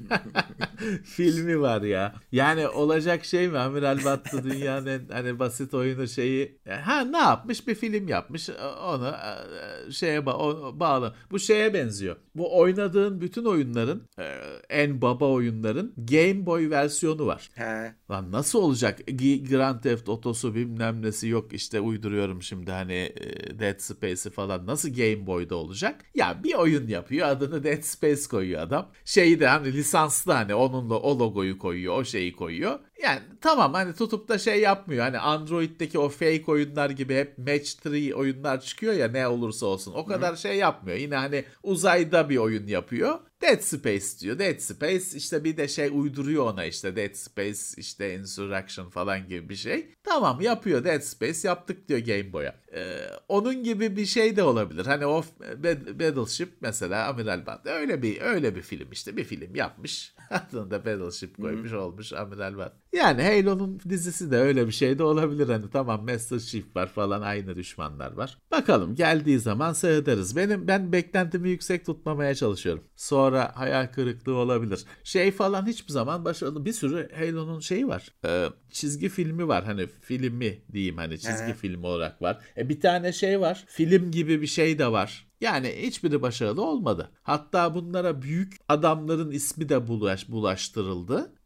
Filmi var ya. Yani olacak şey mi? Amiral Battı dünyanın en hani basit oyunu şeyi. Ha, ne yapmış? Bir film yapmış. Onu şeye ba- bağlı. Bu şeye benziyor. Bu oynadığın bütün oyunların, en baba oyunların Game Boy versiyonu var. He. Lan nasıl olacak? Grand Theft Auto'su bilmem nesi yok işte, uyduruyorum şimdi hani Dead Space'i falan, nasıl Game Boy'da olacak? Ya bir oyun yapıyor, adını Dead Space koyuyor adam. Şeyi de hani lisanslı, hani onunla o logoyu koyuyor, o şeyi koyuyor. Yani tamam, hani tutup da şey yapmıyor. Hani Android'deki o fake oyunlar gibi hep match three oyunlar çıkıyor ya, ne olursa olsun. O kadar Hı. şey yapmıyor. Yine hani uzayda bir oyun yapıyor. Dead Space diyor. Dead Space işte bir de şey uyduruyor ona, işte Dead Space işte Insurrection falan gibi bir şey. Tamam, yapıyor, Dead Space yaptık diyor Game Boy'a. Ee, onun gibi bir şey de olabilir. Hani o Battleship mesela, Amiral Band öyle bir öyle bir film, işte bir film yapmış. Adını da Battleship koymuş, Hı-hı. olmuş Amiral Band. Yani Halo'nun dizisi de öyle bir şey de olabilir. Hani tamam, Master Chief var falan, aynı düşmanlar var. Bakalım, geldiği zaman seyrederiz. Benim ben beklentimi yüksek tutmamaya çalışıyorum. Sonra hayal kırıklığı olabilir. Şey falan hiçbir zaman başarılı. Bir sürü Halo'nun şeyi var. Ee, çizgi filmi var. Hani filmi diyeyim, hani çizgi He. film olarak var. E bir tane şey var. Film gibi bir şey de var. Yani hiçbiri başarılı olmadı. Hatta bunlara büyük adamların ismi de bulaş, bulaştırıldı.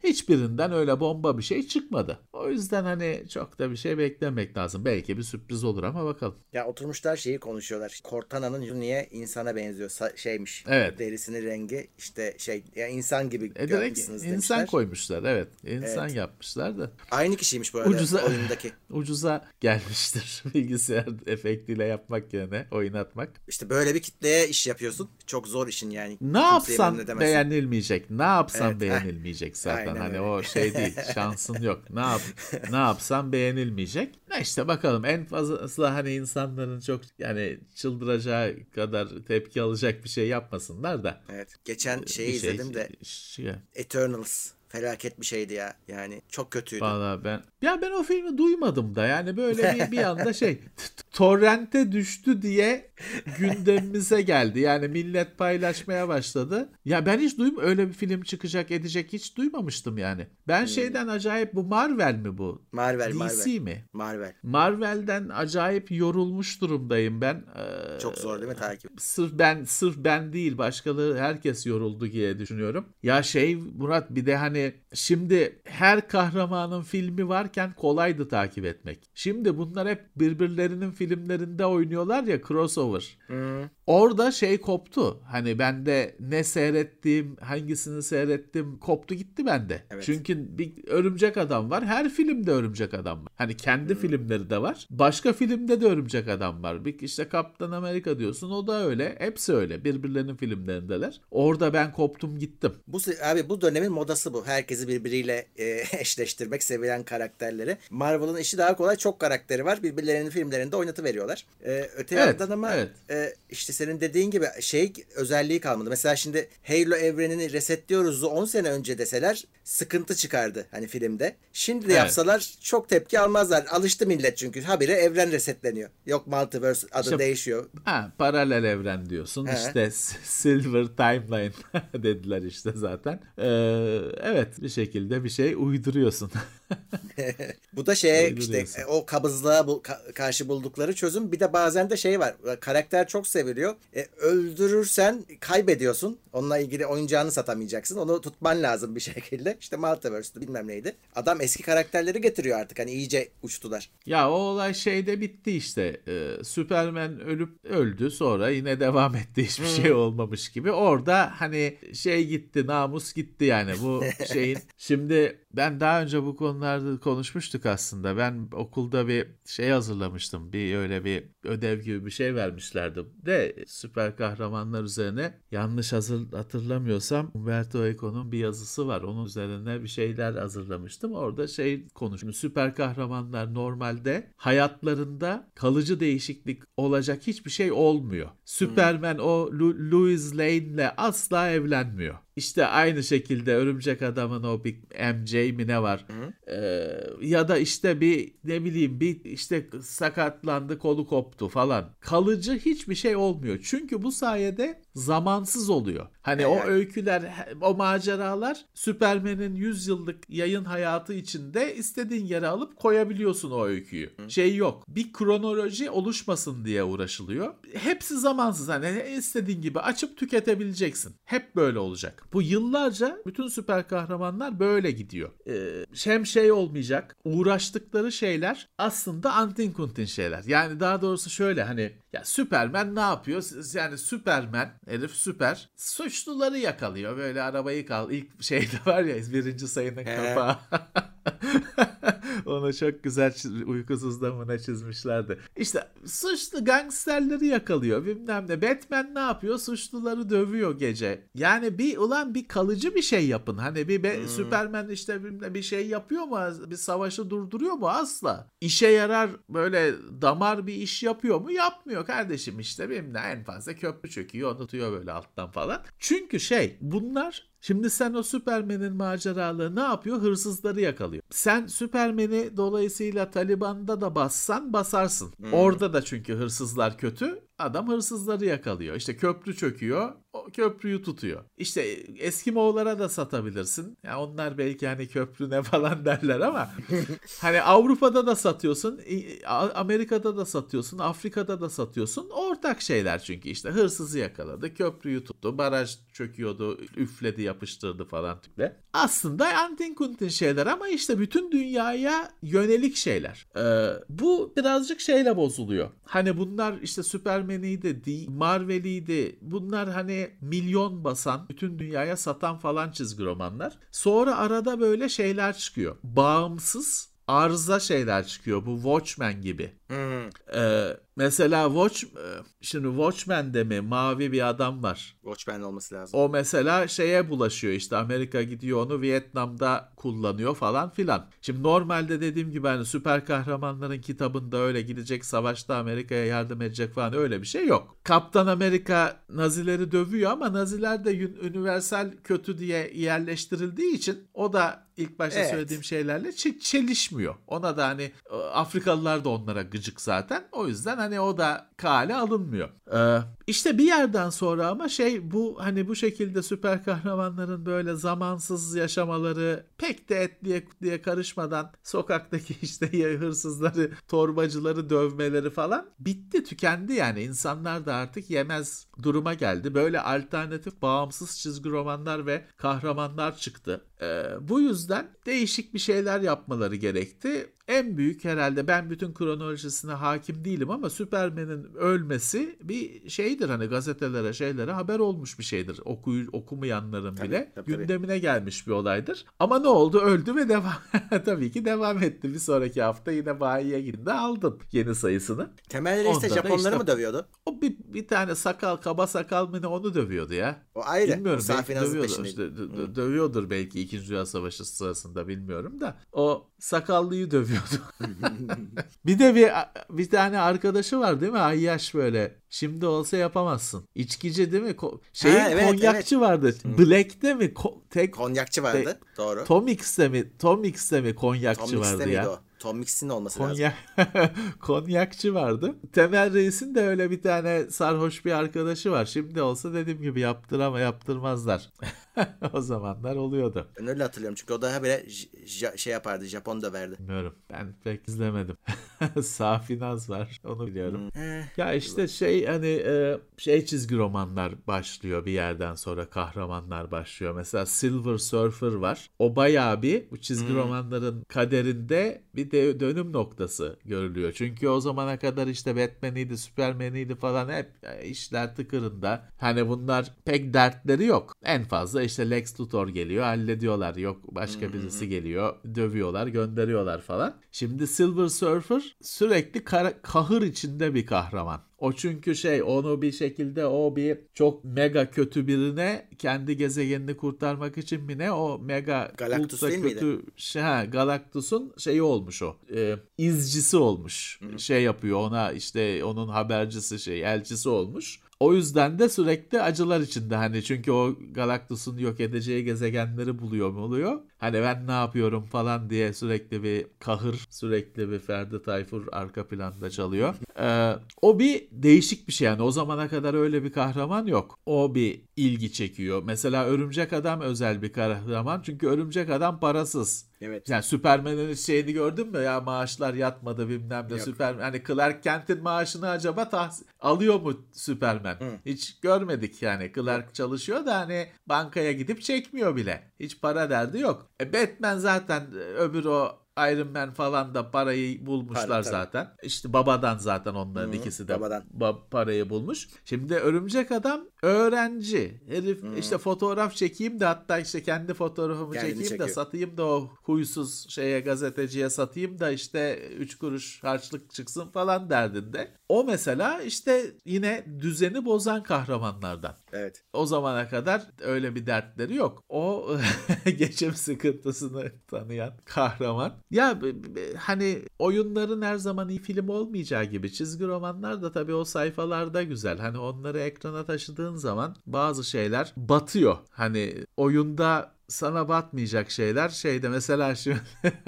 hiçbirinden öyle bomba bir şey çıkmadı. O yüzden hani çok da bir şey beklemek lazım. Belki bir sürpriz olur ama bakalım. Ya oturmuşlar şeyi konuşuyorlar. Cortana'nın niye insana benziyor Sa- şeymiş. Evet. Derisinin rengi işte şey ya insan gibi E görmüşsünüz insan demişler. koymuşlar, evet. İnsan Evet. yapmışlar da. Aynı kişiymiş bu arada Ucuza, oyundaki. ucuza gelmiştir bilgisayar efektiyle yapmak yerine oynatmak. İşte böyle bir kitleye iş yapıyorsun. Çok zor işin yani. Ne Kimseye yapsan memnun edemezsin. beğenilmeyecek. Ne yapsan Evet, beğenilmeyecek zaten. aynen Hani öyle. o şey değil. Şansın yok. Ne yap ne yapsan beğenilmeyecek. Ne işte bakalım, en fazla hani insanların çok yani çıldıracağı kadar tepki alacak bir şey yapmasınlar da. Evet. Geçen şeyi Bir şey- izledim de şey, Eternals. Felaket bir şeydi ya. Yani çok kötüydü. Valla ben ya ben o filmi duymadım da yani böyle bir, bir anda şey t- torrente düştü diye gündemimize geldi. Yani millet paylaşmaya başladı. Ya ben hiç duym öyle bir film çıkacak edecek hiç duymamıştım yani. Ben şeyden acayip, bu Marvel mi bu? Marvel, D C Marvel. mi? Marvel. Marvel'den acayip yorulmuş durumdayım ben. Ee, Çok zor değil mi takip? Sırf ben sırf ben değil, başkaları, herkes yoruldu diye düşünüyorum. Ya şey Murat, bir de hani şimdi her kahramanın filmi varken kolaydı takip etmek. Şimdi bunlar hep birbirlerinin filmlerinde oynuyorlar ya, crossover. Hmm. Orada şey koptu. Hani bende ne seyrettiğim, hangisini seyrettim koptu gitti bende. Evet. Çünkü bir Örümcek Adam var. Her filmde Örümcek Adam var. Hani kendi Hmm. filmleri de var. Başka filmde de Örümcek Adam var. Bir işte Kaptan Amerika diyorsun, o da öyle. Hepsi öyle. Birbirlerinin filmlerindeler. Orada ben koptum gittim. Bu se- abi bu dönemin modası bu. Herkesi birbiriyle e, eşleştirmek, sevilen karakterleri. Marvel'ın işi daha kolay. Çok karakteri var. Birbirlerinin filmlerinde oynatıveriyorlar. E, öte Evet, yandan ama evet. e, işte senin dediğin gibi şey özelliği kalmadı. Mesela şimdi Halo evrenini resetliyoruz on sene önce deseler sıkıntı çıkardı hani filmde. Şimdi de Evet. yapsalar çok tepki almazlar. Alıştı millet çünkü. Habire evren resetleniyor. Yok Multiverse adı İşte- değişiyor. Ha, paralel evren diyorsun. He. İşte S- Silver Timeline dediler işte zaten. Ee, evet, bir şekilde bir şey uyduruyorsun. Bu da şeye işte Uyduruyorsun. e, o kabızlığa bu, ka- karşı buldukları çözüm. Bir de bazen de şey var. Karakter çok seviliyor. E, öldürürsen kaybediyorsun. Onunla ilgili oyuncağını satamayacaksın. Onu tutman lazım bir şekilde. İşte Multiverse'de bilmem neydi. Adam eski karakterleri getiriyor artık. Hani iyice uçtular. Ya o olay şeyde bitti işte. Ee, Superman ölüp öldü, sonra yine devam etti, hiçbir şey olmamış gibi. Orada hani şey gitti, namus gitti yani bu şeyin. Şimdi ben daha önce bu konularda konuşmuştuk aslında. Ben okulda bir şey hazırlamıştım. Bir öyle bir ödev gibi bir şey vermişlerdi. De süper kahramanlar üzerine, yanlış hazır, hatırlamıyorsam Umberto Eco'nun bir yazısı var. Onun üzerine bir şeyler hazırlamıştım. Orada şey konuşmuş. Süper kahramanlar normalde hayatlarında kalıcı değişiklik olacak hiçbir şey olmuyor. Superman o Lu- Lois Lane'le asla evlenmiyor. İşte aynı şekilde Örümcek Adam'ın o bir M J mi ne var? Ee, ya da işte bir ne bileyim bir işte sakatlandı, kolu koptu falan. Kalıcı hiçbir şey olmuyor. Çünkü bu sayede zamansız oluyor. Hani o Evet. öyküler, o maceralar Superman'in yüz yıllık yayın hayatı içinde istediğin yere alıp koyabiliyorsun o öyküyü. Şey yok. Bir kronoloji oluşmasın diye uğraşılıyor. Hepsi zamansız. Hani istediğin gibi açıp tüketebileceksin. Hep böyle olacak. Bu yıllarca bütün süper kahramanlar böyle gidiyor. Ee, hem şey olmayacak. Uğraştıkları şeyler aslında antin kuntin şeyler. Yani daha doğrusu şöyle, hani ya Superman ne yapıyor? Yani Superman, herif süper. Suçluları yakalıyor. Böyle arabayı kal. İlk şeyde var ya, birinci sayının He. kapağı. Onu çok güzel çiz- uykusuzda mı ne çizmişlerdi. İşte suçlu gangsterleri yakalıyor bilmem ne. Batman ne yapıyor? Suçluları dövüyor gece. Yani bir ulan bir kalıcı bir şey yapın. Hani bir be- Superman işte bilmem bir şey yapıyor mu? Bir savaşı durduruyor mu? Asla. İşe yarar böyle damar bir iş yapıyor mu? Yapmıyor kardeşim işte. Benim de en fazla köprü çöküyor. Unutuyor böyle alttan falan. Çünkü şey bunlar, şimdi sen o Superman'in maceraları ne yapıyor? Hırsızları yakalıyor. Sen Superman'i dolayısıyla Taliban'da da bassan basarsın. Orada da çünkü hırsızlar kötü Adam hırsızları yakalıyor. İşte köprü çöküyor. O köprüyü tutuyor. İşte Eskimoğullara da satabilirsin. Ya onlar belki hani köprü ne falan derler ama hani Avrupa'da da satıyorsun, Amerika'da da satıyorsun, Afrika'da da satıyorsun. Ortak şeyler çünkü işte hırsızı yakaladı, köprüyü tuttu, baraj çöküyordu, üfledi, yapıştırdı falan tiple. Aslında antin kuntin şeyler ama işte bütün dünyaya yönelik şeyler. Ee, bu birazcık şeyle bozuluyor. Hani bunlar işte Superman'iydi, Marvel'iydi. Bunlar hani milyon basan, bütün dünyaya satan falan çizgi romanlar. Sonra arada böyle şeyler çıkıyor. Bağımsız, arıza şeyler çıkıyor. Bu Watchmen gibi. Hmm. Ee, mesela Watch, şimdi Watchmen'de mi mavi bir adam var. Watchmen olması lazım. O mesela şeye bulaşıyor, işte Amerika gidiyor onu Vietnam'da kullanıyor falan filan. Şimdi normalde dediğim gibi hani süper kahramanların kitabında öyle gidecek savaşta Amerika'ya yardım edecek falan öyle bir şey yok. Kaptan Amerika Nazileri dövüyor ama Naziler de universal kötü diye yerleştirildiği için o da ilk başta evet. söylediğim şeylerle ç- çelişmiyor. Ona da hani Afrikalılar da onlara gıcık zaten. O yüzden hani o da kale alınmıyor. Ee, işte bir yerden sonra ama şey bu hani bu şekilde süper kahramanların böyle zamansız yaşamaları pek de etliye kutliye karışmadan sokaktaki işte hırsızları, torbacıları dövmeleri falan bitti, tükendi yani. İnsanlar da artık yemez duruma geldi. Böyle alternatif bağımsız çizgi romanlar ve kahramanlar çıktı. Ee, bu yüzden değişik bir şeyler yapmaları gerekti. En büyük herhalde, ben bütün kronolojisine hakim değilim ama Superman'in ölmesi bir şeydir, hani gazetelere şeylere haber olmuş bir şeydir. Okuyu, okumayanların tabii, bile tabii, gündemine tabii. gelmiş bir olaydır. Ama ne oldu? Öldü ve devam tabii ki devam etti. Bir sonraki hafta yine bayiye gidin de aldın yeni sayısını. Temel Reis de Japonları işte, mı dövüyordu? O bir, bir tane sakal, kaba sakal mı ne, onu dövüyordu ya. O ayrı. Bilmiyorum, o belki dövüyordur. İşte, dö- dövüyordur belki İkinci Dünya Savaşı sırasında, bilmiyorum da. O sakallıyı dövüyordu. Bir de bir bir tane arkadaşı var değil mi? Ayyaş böyle. Şimdi olsa yapamazsın. İçkici değil mi? Ko- Şeyin ha, evet, konyakçı evet. vardı. Hı. Black'te mi? Ko- tek konyakçı vardı. Te- Doğru. Tom X'te mi? Tom X'te mi konyakçı Tom vardı ya? O? Tom X'in olması Konyak... lazım. Konyakçı vardı. Temel Reis'in de öyle bir tane sarhoş bir arkadaşı var. Şimdi olsa dediğim gibi yaptır ama yaptırmazlar. O zamanlar oluyordu. Ben öyle hatırlıyorum çünkü o daha böyle j- şey yapardı. Japon döverdi. Bilmiyorum. Ben pek izlemedim. Safi Naz var. Onu biliyorum. Hmm. Ya işte şey hani şey çizgi romanlar başlıyor bir yerden sonra, kahramanlar başlıyor. Mesela Silver Surfer var. O bayağı bir bu çizgi hmm. romanların kaderinde bir de dönüm noktası görülüyor. Çünkü o zamana kadar işte Batman'iydi, Superman'iydi falan hep işler tıkırında. Hani bunlar pek dertleri yok. En fazla işte Lex Luthor geliyor, hallediyorlar. Yok başka birisi geliyor, dövüyorlar, gönderiyorlar falan. Şimdi Silver Surfer sürekli kar- kahır içinde bir kahraman. O çünkü şey, onu bir şekilde o bir çok mega kötü birine kendi gezegenini kurtarmak için mi ne, o mega Galactus değil kötü miydi? Şey, ha, Galactus'un şeyi olmuş o. E, izcisi olmuş. Hı-hı. Şey yapıyor ona, işte onun habercisi, şey elçisi olmuş. O yüzden de sürekli acılar içinde hani, çünkü o Galactus'un yok edeceği gezegenleri buluyor mu oluyor. Hani ben ne yapıyorum falan diye sürekli bir kahır, sürekli bir Ferdi Tayfur arka planda çalıyor. Ee, o bir değişik bir şey yani, o zamana kadar öyle bir kahraman yok. O bir ilgi çekiyor. Mesela Örümcek Adam özel bir kahraman çünkü Örümcek Adam parasız. Evet. Yani Superman'in şeyini gördün mü ya, maaşlar yatmadı bilmem ne. Superman, hani Clark Kent'in maaşını acaba tahs- alıyor mu Superman? Hı. Hiç görmedik yani. Clark yok. Çalışıyor da hani bankaya gidip çekmiyor bile. Hiç para derdi yok. E Batman zaten, öbür o Iron Man falan da parayı bulmuşlar para, zaten. İşte babadan zaten onların Hı-hı, ikisi de ba- parayı bulmuş. Şimdi Örümcek Adam öğrenci. Herif Hı-hı. işte fotoğraf çekeyim de, hatta işte kendi fotoğrafımı Kendini çekeyim çekiyor. de satayım da o huysuz şeye, gazeteciye satayım da işte üç kuruş harçlık çıksın falan derdinde. O mesela işte yine düzeni bozan kahramanlardan. Evet. O zamana kadar öyle bir dertleri yok. O geçim sıkıntısını tanıyan kahraman. Ya hani oyunların her zaman iyi film olmayacağı gibi çizgi romanlar da tabii o sayfalarda güzel. Hani onları ekrana taşıdığın zaman bazı şeyler batıyor. Hani oyunda sana batmayacak şeyler şeyde mesela şimdi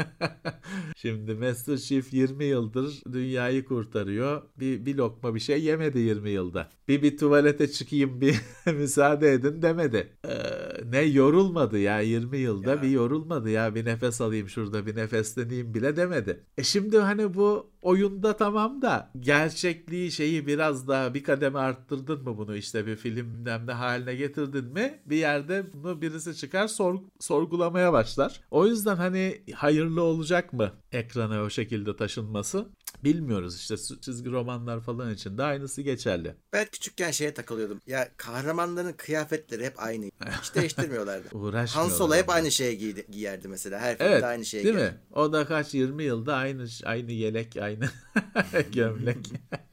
şimdi Master Chief yirmi yıldır dünyayı kurtarıyor. Bir, bir lokma bir şey yemedi yirmi yılda. Bir bir tuvalete çıkayım bir müsaade edin demedi. Ee, ne yorulmadı ya yirmi yılda ya. Bir yorulmadı ya bir nefes alayım şurada bir nefesleneyim bile demedi. E şimdi hani bu oyunda tamam da gerçekliği şeyi biraz daha bir kademe arttırdın mı bunu işte bir filmden de haline getirdin mi bir yerde bunu birisi çıkar sor, sorgulamaya başlar. O yüzden hani hayırlı olacak mı ekrana o şekilde taşınması? Bilmiyoruz işte çizgi romanlar falan için de aynısı geçerli. Ben küçükken şeye takılıyordum. Ya kahramanların kıyafetleri hep aynı. Hiç değiştirmiyorlardı. Han Solo hep aynı şeyi giydi, giyerdi mesela. Her filmde evet, aynı şeyi değil giyerdi. Mi? O da kaç yirmi yılda aynı aynı yelek, aynı gömlek.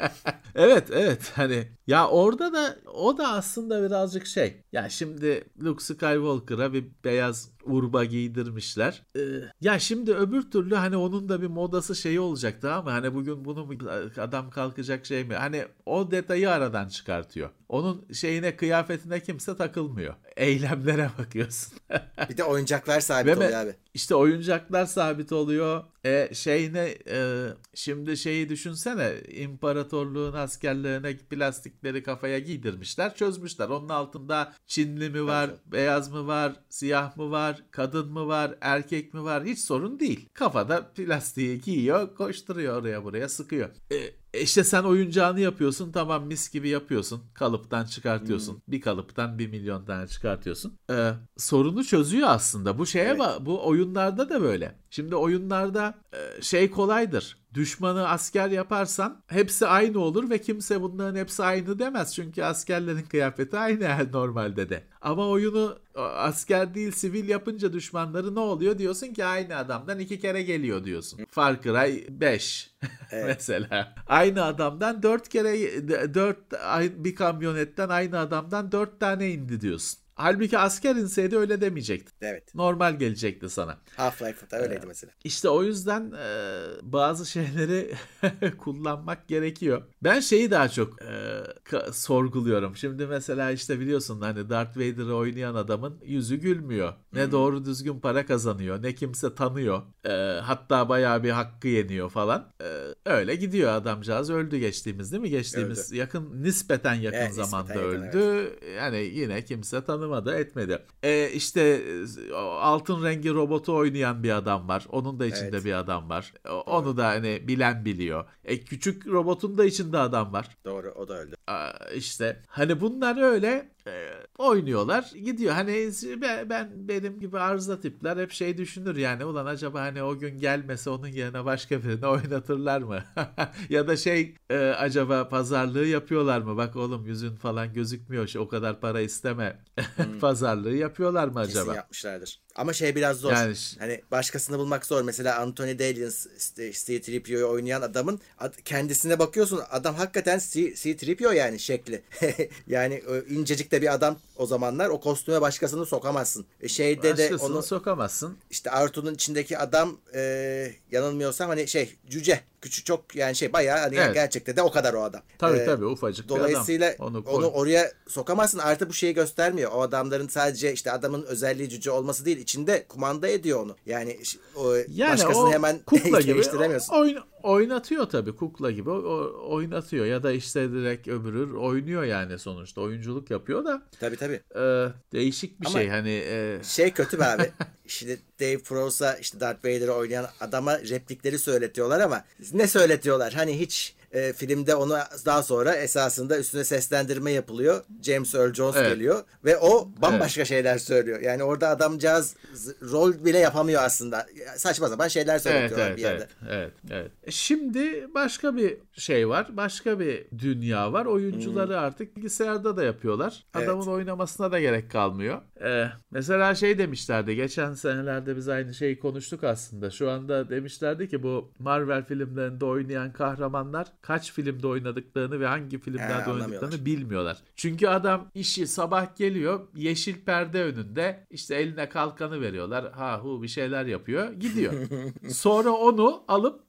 Evet, evet. Hani ya orada da o da aslında birazcık şey. Ya şimdi Luke Skywalker'a bir beyaz urba giydirmişler. Ee, ya şimdi öbür türlü hani onun da bir modası şeyi olacaktı ama hani bugün bunu adam kalkacak şey mi? Hani o detayı aradan çıkartıyor. Onun şeyine kıyafetine kimse takılmıyor. Eylemlere bakıyorsun. Bir de oyuncaklar sabit oluyor abi. İşte oyuncaklar sabit oluyor. E şeyine e, şimdi şeyi düşünsene imparatorluğun askerlerine plastikleri kafaya giydirmişler çözmüşler. Onun altında Çinli mi var, evet. Beyaz mı var, siyah mı var, kadın mı var, erkek mi var hiç sorun değil. Kafada plastiği giyiyor koşturuyor oraya buraya sıkıyor. E, İşte sen oyuncağını yapıyorsun tamam mis gibi yapıyorsun kalıptan çıkartıyorsun hmm. bir kalıptan bir milyon tane çıkartıyorsun ee, sorunu çözüyor aslında bu şeye evet. Bak bu oyunlarda da böyle şimdi oyunlarda e, şey kolaydır düşmanı asker yaparsan hepsi aynı olur ve kimse bunların hepsi aynı demez çünkü askerlerin kıyafeti aynı yani normalde de ama oyunu asker değil sivil yapınca düşmanları ne oluyor diyorsun ki aynı adamdan iki kere geliyor diyorsun Far Cry beş evet. Mesela aynı adamdan dört kere dört bir kamyonetten aynı adamdan dört tane indi diyorsun. Halbuki asker inseydi öyle demeyecekti. Evet. Normal gelecekti sana. Half-Life'da öyleydi ee, mesela. İşte o yüzden e, bazı şeyleri kullanmak gerekiyor. Ben şeyi daha çok e, ka- sorguluyorum. Şimdi mesela işte biliyorsun hani Darth Vader'ı oynayan adamın yüzü gülmüyor. Ne hmm. doğru düzgün para kazanıyor, ne kimse tanıyor. E, hatta bayağı bir hakkı yeniyor falan. E, öyle gidiyor adamcağız. Öldü geçtiğimiz değil mi? Geçtiğimiz öldü. yakın nispeten yakın evet, zamanda nispeten öldü. Yakın, evet. Yani yine kimse tanımıyor. etmedi. E işte altın rengi robotu oynayan bir adam var. Onun da içinde evet. bir adam var. Doğru. Onu da hani bilen biliyor. E küçük robotun da içinde adam var. Doğru o da öyle. İşte hani bunlar öyle e, oynuyorlar gidiyor. Hani ben, ben benim gibi arıza tipler hep şey düşünür yani ulan acaba hani o gün gelmese onun yerine başka birini oynatırlar mı? Ya da şey e, acaba pazarlığı yapıyorlar mı? Bak oğlum yüzün falan gözükmüyor o kadar para isteme. Hmm. Pazarlığı yapıyorlar mı acaba? Kesin yapmışlardır. Ama şey biraz zor. Yani, hani başkasını bulmak zor. Mesela Anthony Daniels C üç P O'yu oynayan adamın kendisine bakıyorsun. Adam hakikaten C üç P O yani şekli. Yani incecik de bir adam o zamanlar. O kostüme başkasını sokamazsın. Şeyde başkasını de onu sokamazsın. İşte Artu'nun içindeki adam e, yanılmıyorsam hani şey cüce. Küçük çok yani şey bayağı hani evet. Gerçekte de o kadar o adam. Tabii ee, tabii ufacık dolayısıyla bir adam. Dolayısıyla onu, onu oraya sokamazsın. Artı bu şeyi göstermiyor. O adamların sadece işte adamın özelliği cüce olması değil. İçinde kumanda ediyor onu. Yani, o, yani başkasını o hemen kukla gibi değiştiremiyorsun. Oyn, oynatıyor tabii kukla gibi. O, o, oynatıyor ya da işte direkt öbürü oynuyor yani sonuçta. Oyunculuk yapıyor da. Tabii tabii. E, değişik bir ama şey hani. E... Şey kötü be abi. Şimdi Dave Prowse'a işte Darth Vader'ı oynayan adama replikleri söyletiyorlar ama ne söyletiyorlar? Hani hiç e, filmde onu daha sonra esasında üstüne seslendirme yapılıyor. James Earl Jones evet. geliyor ve o bambaşka evet. şeyler söylüyor. Yani orada adamcağız rol bile yapamıyor aslında. Saçma sapan şeyler söyletiyorlar evet, bir evet, yerde. Evet, evet, evet. Şimdi başka bir şey var. Başka bir dünya var. Oyuncuları hmm. artık bilgisayarda da yapıyorlar. Adamın evet. oynamasına da gerek kalmıyor. Ee, mesela şey demişlerdi. Geçen senelerde biz aynı şeyi konuştuk aslında. Şu anda demişlerdi ki bu Marvel filmlerinde oynayan kahramanlar kaç filmde oynadıklarını ve hangi filmlerde He, oynadıklarını bilmiyorlar. Çünkü adam işi sabah geliyor yeşil perde önünde işte eline kalkanı veriyorlar. Ha hu bir şeyler yapıyor gidiyor. Sonra onu alıp hani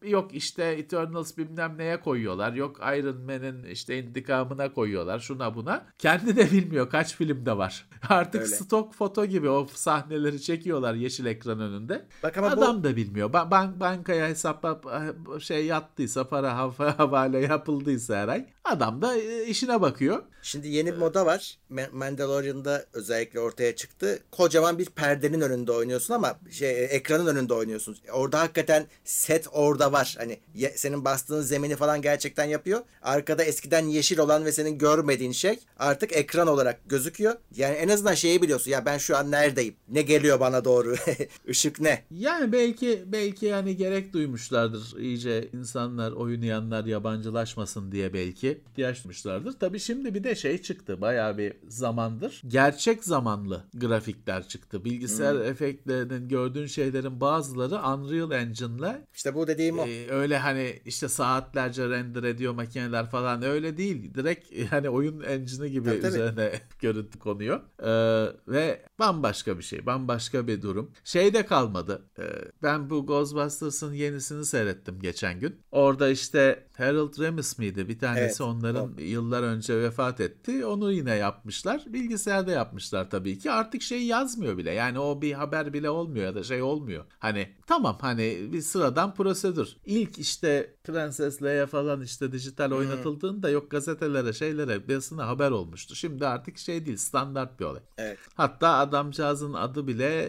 yok işte Eternals bilmem neye koyuyorlar. Yok Iron Man'in işte intikamına koyuyorlar. Şuna buna. Kendi de bilmiyor kaç filmde var. Artık Öyle. stok foto gibi o sahneleri çekiyorlar yeşil ekran önünde. Bak ama Adam bu... da bilmiyor. Ba- bank bankaya hesap şey yattıysa, para hav- havale yapıldıysa her ay, adam da e, işine bakıyor. Şimdi yeni bir moda var. Ma- Mandalorian'da özellikle ortaya çıktı. Kocaman bir perdenin önünde oynuyorsun ama şey ekranın önünde oynuyorsun. Orada hakikaten set orada var. Hani ye- senin bastığın zemini falan gerçekten yapıyor. Arkada eskiden yeşil olan ve senin görmediğin şey artık ekran olarak gözüküyor. Yani en azından şeyi biliyorsun. Ya ben şu an neredeyim? Ne geliyor bana doğru? Işık ne? Yani belki belki yani gerek duymuşlardır, iyice insanlar, oynayanlar yabancılaşmasın diye belki ihtiyaç duymuşlardır. Tabii şimdi bir de şey çıktı, bayağı bir zamandır. Gerçek zamanlı grafikler çıktı. Bilgisayar hmm. efektlerinin, gördüğün şeylerin bazıları Unreal Engine'la, İşte bu dediğim o. E, öyle hani işte saatlerce render ediyor makineler falan, öyle değil. Direkt hani oyun engine'ı gibi tabii, üzerine tabii. görüntü konuyor. Ee, ve bambaşka bir şey. Bambaşka bir durum. Şey de kalmadı. Ee, ben bu Ghostbusters'ın yenisini seyrettim geçen gün. Orada işte Harold Ramis miydi? Bir tanesi, evet, onların o. yıllar önce vefat etti. Onu yine yapmışlar. Bilgisayarda yapmışlar tabii ki. Artık şey yazmıyor bile. Yani o bir haber bile olmuyor ya da şey olmuyor. Hani tamam, hani bir sıradan prosedür. İlk işte Prenses Leia falan işte dijital hmm. oynatıldığında yok gazetelere, şeylere, basına haber olmuştu. Şimdi artık şey değil, standart bir olay. Evet. Hatta adamcağızın adı bile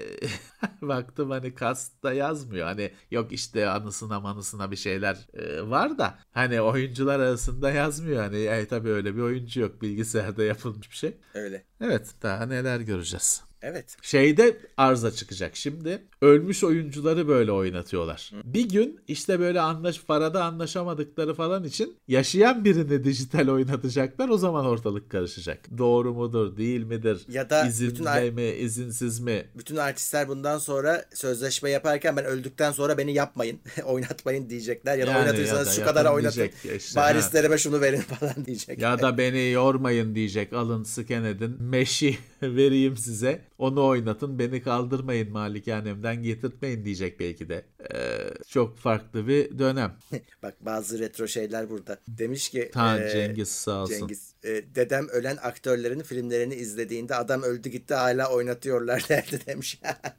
baktım hani kastta yazmıyor. Hani yok işte anısına manısına bir şeyler e, var da hani oyuncular arasında yazmıyor. Hani e, tabii öyle bir oyuncu yok. Bilgisayarda yapılmış bir şey. Öyle. Evet, daha neler göreceğiz. Evet. Şeyde arıza çıkacak şimdi. Ölmüş oyuncuları böyle oynatıyorlar. Hı. Bir gün işte böyle anlaş parada anlaşamadıkları falan için yaşayan birini dijital oynatacaklar. O zaman ortalık karışacak. Doğru mudur, değil midir? Ya da İzinli ar- mi, izinsiz mi? Bütün artistler bundan sonra sözleşme yaparken ben öldükten sonra beni yapmayın, oynatmayın diyecekler. Ya da yani, oynatırsanız ya da şu kadar oynatın. Işte, Barislerime şunu verin falan diyecek. Ya da beni yormayın diyecek. Alın scan edin. Meşi vereyim size. Onu oynatın. Beni kaldırmayın, malikanemden getirtmeyin diyecek belki de. Ee, çok farklı bir dönem. Bak bazı retro şeyler burada. Demiş ki ha, e, Cengiz sağ olsun. Cengiz, e, dedem ölen aktörlerin filmlerini izlediğinde adam öldü gitti hala oynatıyorlar derdi demiş.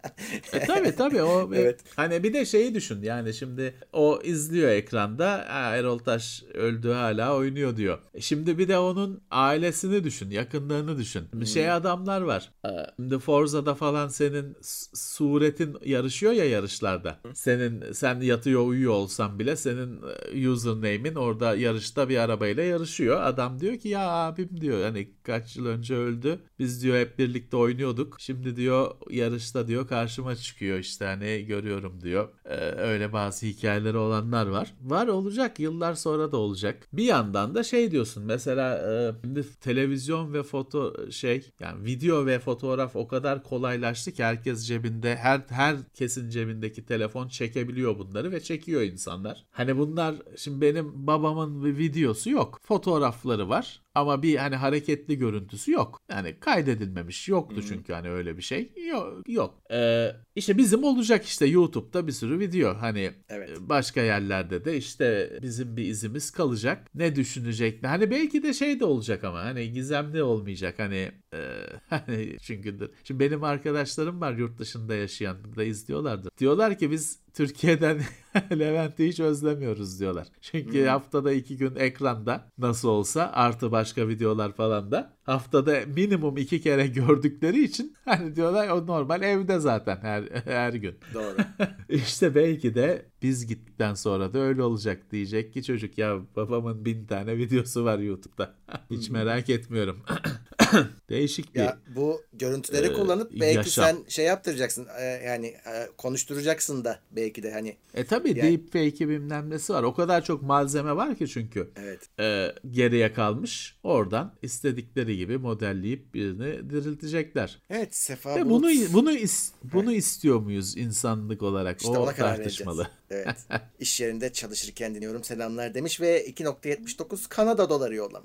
e, tabii tabii o evet. Hani bir de şeyi düşün, yani şimdi o izliyor ekranda, Erol Taş öldü hala oynuyor diyor. E, şimdi bir de onun ailesini düşün, yakınlarını düşün. Hmm. Şey adamlar var. Şimdi Forza'da falan senin suretin yarışıyor ya yarışlarda. Senin sen yatıyor uyuyor olsan bile senin username'in orada yarışta bir arabayla yarışıyor. Adam diyor ki ya abim diyor hani kaç yıl önce öldü. Biz diyor hep birlikte oynuyorduk. Şimdi diyor yarışta diyor karşıma çıkıyor işte hani görüyorum diyor. Ee, öyle bazı hikayeleri olanlar var. Var, olacak, yıllar sonra da olacak. Bir yandan da şey diyorsun mesela e, şimdi televizyon ve foto şey yani video ve fotoğraf o kadar kolaylaştı ki herkes cebinde, her herkesin cebindeki telefon çekebiliyor bunları ve çekiyor insanlar. Hani bunlar şimdi benim babamın bir videosu yok. Fotoğrafları var. Ama bir hani hareketli görüntüsü yok. Yani kaydedilmemiş. Yoktu hmm. çünkü hani öyle bir şey. Yok. yok. Ee, işte bizim olacak işte YouTube'da bir sürü video. Hani evet. Başka yerlerde de işte bizim bir izimiz kalacak. Ne düşünecek? Hani belki de şey de olacak ama hani gizemli olmayacak. Hani e, hani çünkü şimdi benim arkadaşlarım var yurt dışında yaşayan da izliyorlardır. Diyorlar ki biz Türkiye'den Levent'i hiç özlemiyoruz diyorlar. Çünkü hmm. haftada iki gün ekranda nasıl olsa artı başka videolar falan da haftada minimum iki kere gördükleri için hani diyorlar o normal evde zaten her her gün. Doğru. İşte belki de biz gittikten sonra da öyle olacak, diyecek ki çocuk ya babamın bin tane videosu var YouTube'da. Hiç merak etmiyorum. Değişik bir ya bu görüntüleri e, kullanıp belki yaşam. Sen şey yaptıracaksın e, yani e, konuşturacaksın da belki de hani. E tabii yani, deepfake'i bilmem nesi var. O kadar çok malzeme var ki çünkü. Evet. E, geriye kalmış. Oradan istedikleri gibi modelleyip birini diriltecekler. Evet, Sefa Bulut. Bunu bunu is, bunu evet. istiyor muyuz insanlık olarak? İşte o tartışmalı. Evet. İş yerinde çalışırken dinliyorum selamlar demiş ve iki nokta yetmiş dokuz Kanada doları yollamış.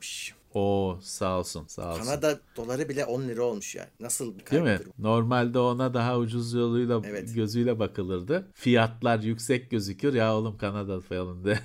Oo, sağ olsun, sağ olsun. Kanada doları bile on lira olmuş ya. Nasıl bir Değil mi? durum? Normalde ona daha ucuz yoluyla Evet. gözüyle bakılırdı. Fiyatlar yüksek gözükür. Ya oğlum Kanada falan de.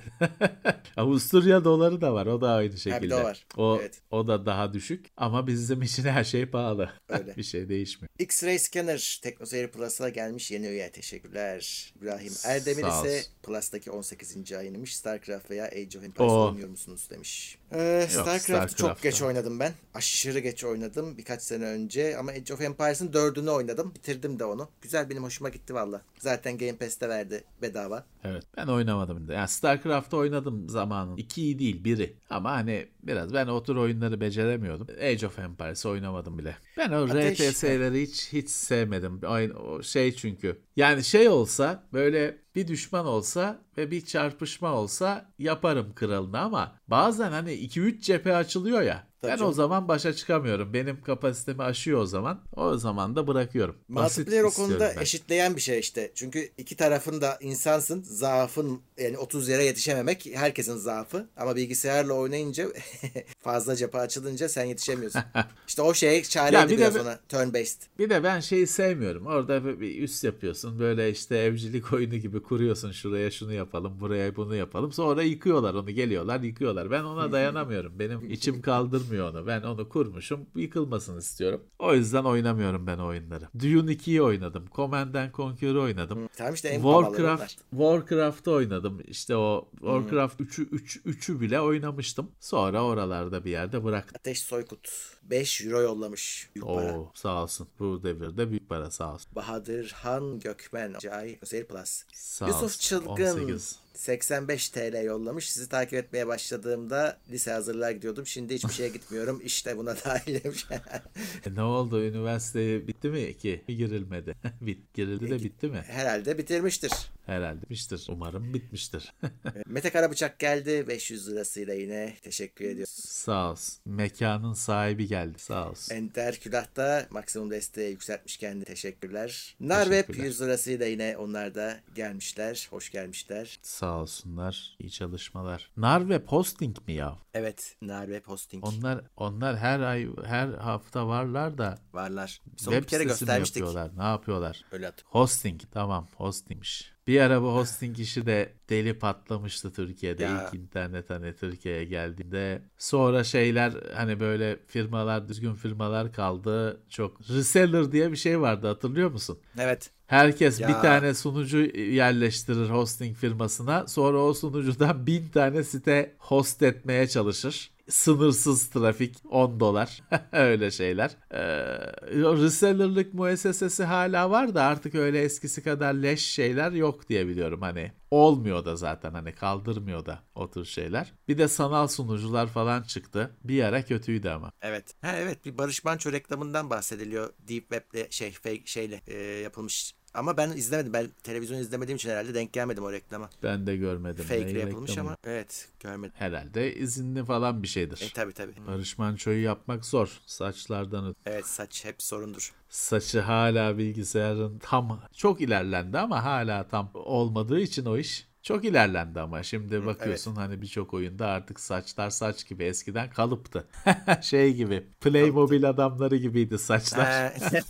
Avusturya doları da var. O da aynı şekilde. Ha, bir de o var. O, Evet. o da daha düşük. Ama bizim için her şey pahalı. Öyle. Bir şey değişmiyor. X-Ray Scanner TeknoSeyir Plus'a gelmiş yeni üye. Teşekkürler. İbrahim Erdemir Sağ ise olsun. Plus'taki on sekizinci ayınmış. StarCraft veya Age of Empires Oo. oynuyor musunuz demiş. Ee, StarCraft'ı StarCraft'ta. çok geç oynadım ben. Aşırı geç oynadım birkaç sene önce. Ama Age of Empires'ın dördünü oynadım. Bitirdim de onu. Güzel, benim hoşuma gitti valla. Zaten Game Pass'te verdi bedava. Evet. Ben oynamadım da. Yani StarCraft'ta oynadım zamanın. İkiyi değil, biri. Ama hani biraz ben o tür oyunları beceremiyordum. Age of Empires oynamadım bile. Ben o Ateş- R T S'leri hiç hiç sevmedim. Aynı o şey çünkü. Yani şey olsa, böyle bir düşman olsa ve bir çarpışma olsa yaparım kralını, ama bazen hani iki üç cephe açılıyor ya. Tabii Ben canım. o zaman başa çıkamıyorum. Benim kapasitemi aşıyor o zaman. O zaman da bırakıyorum. Basit Multiplayer o istiyorum konuda ben. eşitleyen bir şey işte. Çünkü iki tarafın da insansın. Zaafın, yani otuz yere yetişememek herkesin zaafı. Ama bilgisayarla oynayınca fazla cephe açılınca sen yetişemiyorsun. İşte o şey Ya çareydi bir de biraz ben- ona. Turn based. Bir de ben şeyi sevmiyorum. Orada bir üst yapıyorsun. Böyle işte evcilik oyunu gibi kuruyorsun. Şuraya şunu yapalım, buraya bunu yapalım. Sonra yıkıyorlar onu. Geliyorlar, yıkıyorlar. Ben ona dayanamıyorum. Benim içim kaldırmıyor onu. Ben onu kurmuşum. Yıkılmasını istiyorum. O yüzden oynamıyorum ben o oyunları. Dune ikiyi oynadım. Command and Conquer'ı oynadım. Tamam işte en pahalıları Warcraft, Warcraft'ı oynadım. İşte o Warcraft üçü üç, üçü bile oynamıştım. Sonra oralarda bir yerde bıraktım. Ateş Soykut beş euro yollamış. Büyük para. Oo, sağ olsun. Bu devirde büyük para, sağ olsun. Bahadır Han Gökmen Cay Seyir Plus. Sağ Yusuf olsun. Çılgın on sekiz. seksen beş T L yollamış. Sizi takip etmeye başladığımda lise hazırlığa gidiyordum. Şimdi hiçbir şeye gitmiyorum. İşte buna dahilim. E ne oldu? Üniversite bitti mi ki? Bir girilmedi. Bit, girildi de bitti mi? Herhalde bitirmiştir. Herhalde bitmiştir. Umarım bitmiştir. Mete Karabıçak geldi. beş yüz lirasıyla yine. Teşekkür ediyoruz. Sağ olsun. Mekanın sahibi geldi. Sağ olsun. Enter Külah da maksimum desteği yükseltmiş kendi. Teşekkürler. Narweb Teşekkürler. yüz lirasıyla yine onlar da gelmişler. Hoş gelmişler. Sağ olsunlar. İyi çalışmalar. Narweb hosting mi ya? Evet. Narweb Hosting Onlar onlar her ay her hafta varlar da varlar. Biz onu bir web kere sitesi mi göstermiştik. yapıyorlar? Ne yapıyorlar? Öyle hatırlıyorum. Hosting, tamam, hostingmiş. Bir ara bu hosting işi de deli patlamıştı Türkiye'de, Ya. ilk internet hani Türkiye'ye geldiğinde. Sonra şeyler, hani böyle firmalar, düzgün firmalar kaldı. Çok reseller diye bir şey vardı, hatırlıyor musun? Evet. Herkes Ya. bir tane sunucu yerleştirir hosting firmasına. Sonra o sunucudan bin tane site host etmeye çalışır. Sınırsız trafik, on dolar. Öyle şeyler. Ee, o resellerlık müessesesi hala var da artık öyle eskisi kadar leş şeyler yok diye biliyorum. Hani olmuyor da zaten, hani kaldırmıyor da o tür şeyler. Bir de sanal sunucular falan çıktı. Bir ara kötüydü ama. Evet. Ha evet, bir Barış Manço reklamından bahsediliyor. Deep Web'le şey fake şeyle e, yapılmış. Ama ben izlemedim. Ben televizyon izlemediğim için herhalde denk gelmedim o reklama. Ben de görmedim. Fake Ne yapılmış reklamı? ama evet görmedim. Herhalde izinli falan bir E şeydir. tabi tabi. Barış Manço'yu yapmak zor. Saçlardan ötürü. Evet, saç hep sorundur. Saçı hala bilgisayarın tam, çok ilerlendi ama hala tam olmadığı için o iş. Çok ilerlendi ama şimdi bakıyorsun hani birçok oyunda artık saçlar saç gibi, eskiden kalıptı. Şey gibi, Playmobil adamları gibiydi saçlar. Ha,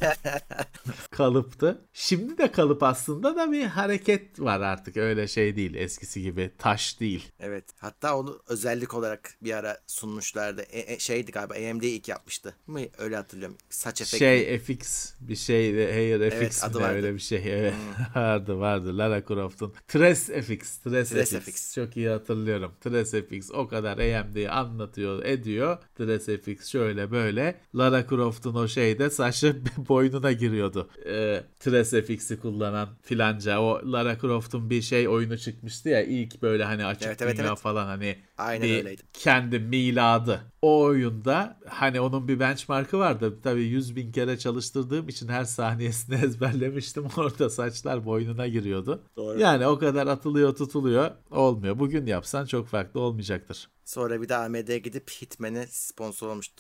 Kalıptı. Şimdi de kalıp aslında da bir hareket var artık, öyle şey değil, eskisi gibi taş değil. evet. Hatta onu özellik olarak bir ara sunmuşlardı. E, e, şeydi galiba, A M D ilk yapmıştı. Mı? Öyle hatırlıyorum. Saç efekti. Şey F X bir şey, Hair F X Evet, adı mi ne, vardı. öyle bir şey. Evet. vardı vardı Lara Croft'un. Trace F X. Trace, Trace F X. F X. Çok iyi hatırlıyorum. Trace F X o kadar A M D'yi anlatıyor ediyor. Trace F X şöyle böyle. Lara Croft'un o şeyde saçı boynuna giriyordu. Ee, Trace F X'i kullanan filanca. O Lara Croft'un bir şey oyunu çıkmıştı ya ilk, böyle hani açık Evet, evet, dünya evet. falan, hani Aynen bir öyleydi. kendi miladı. O oyunda hani onun bir benchmark'ı vardı. Tabii yüz bin kere çalıştırdığım için her saniyesini ezberlemiştim. Orada saçlar boynuna giriyordu. Doğru. Yani o kadar atılıyor tutuluyor olmuyor. Bugün yapsan çok farklı olmayacaktır. Sonra bir de A M D'ye gidip Hitman'e sponsor olmuştu.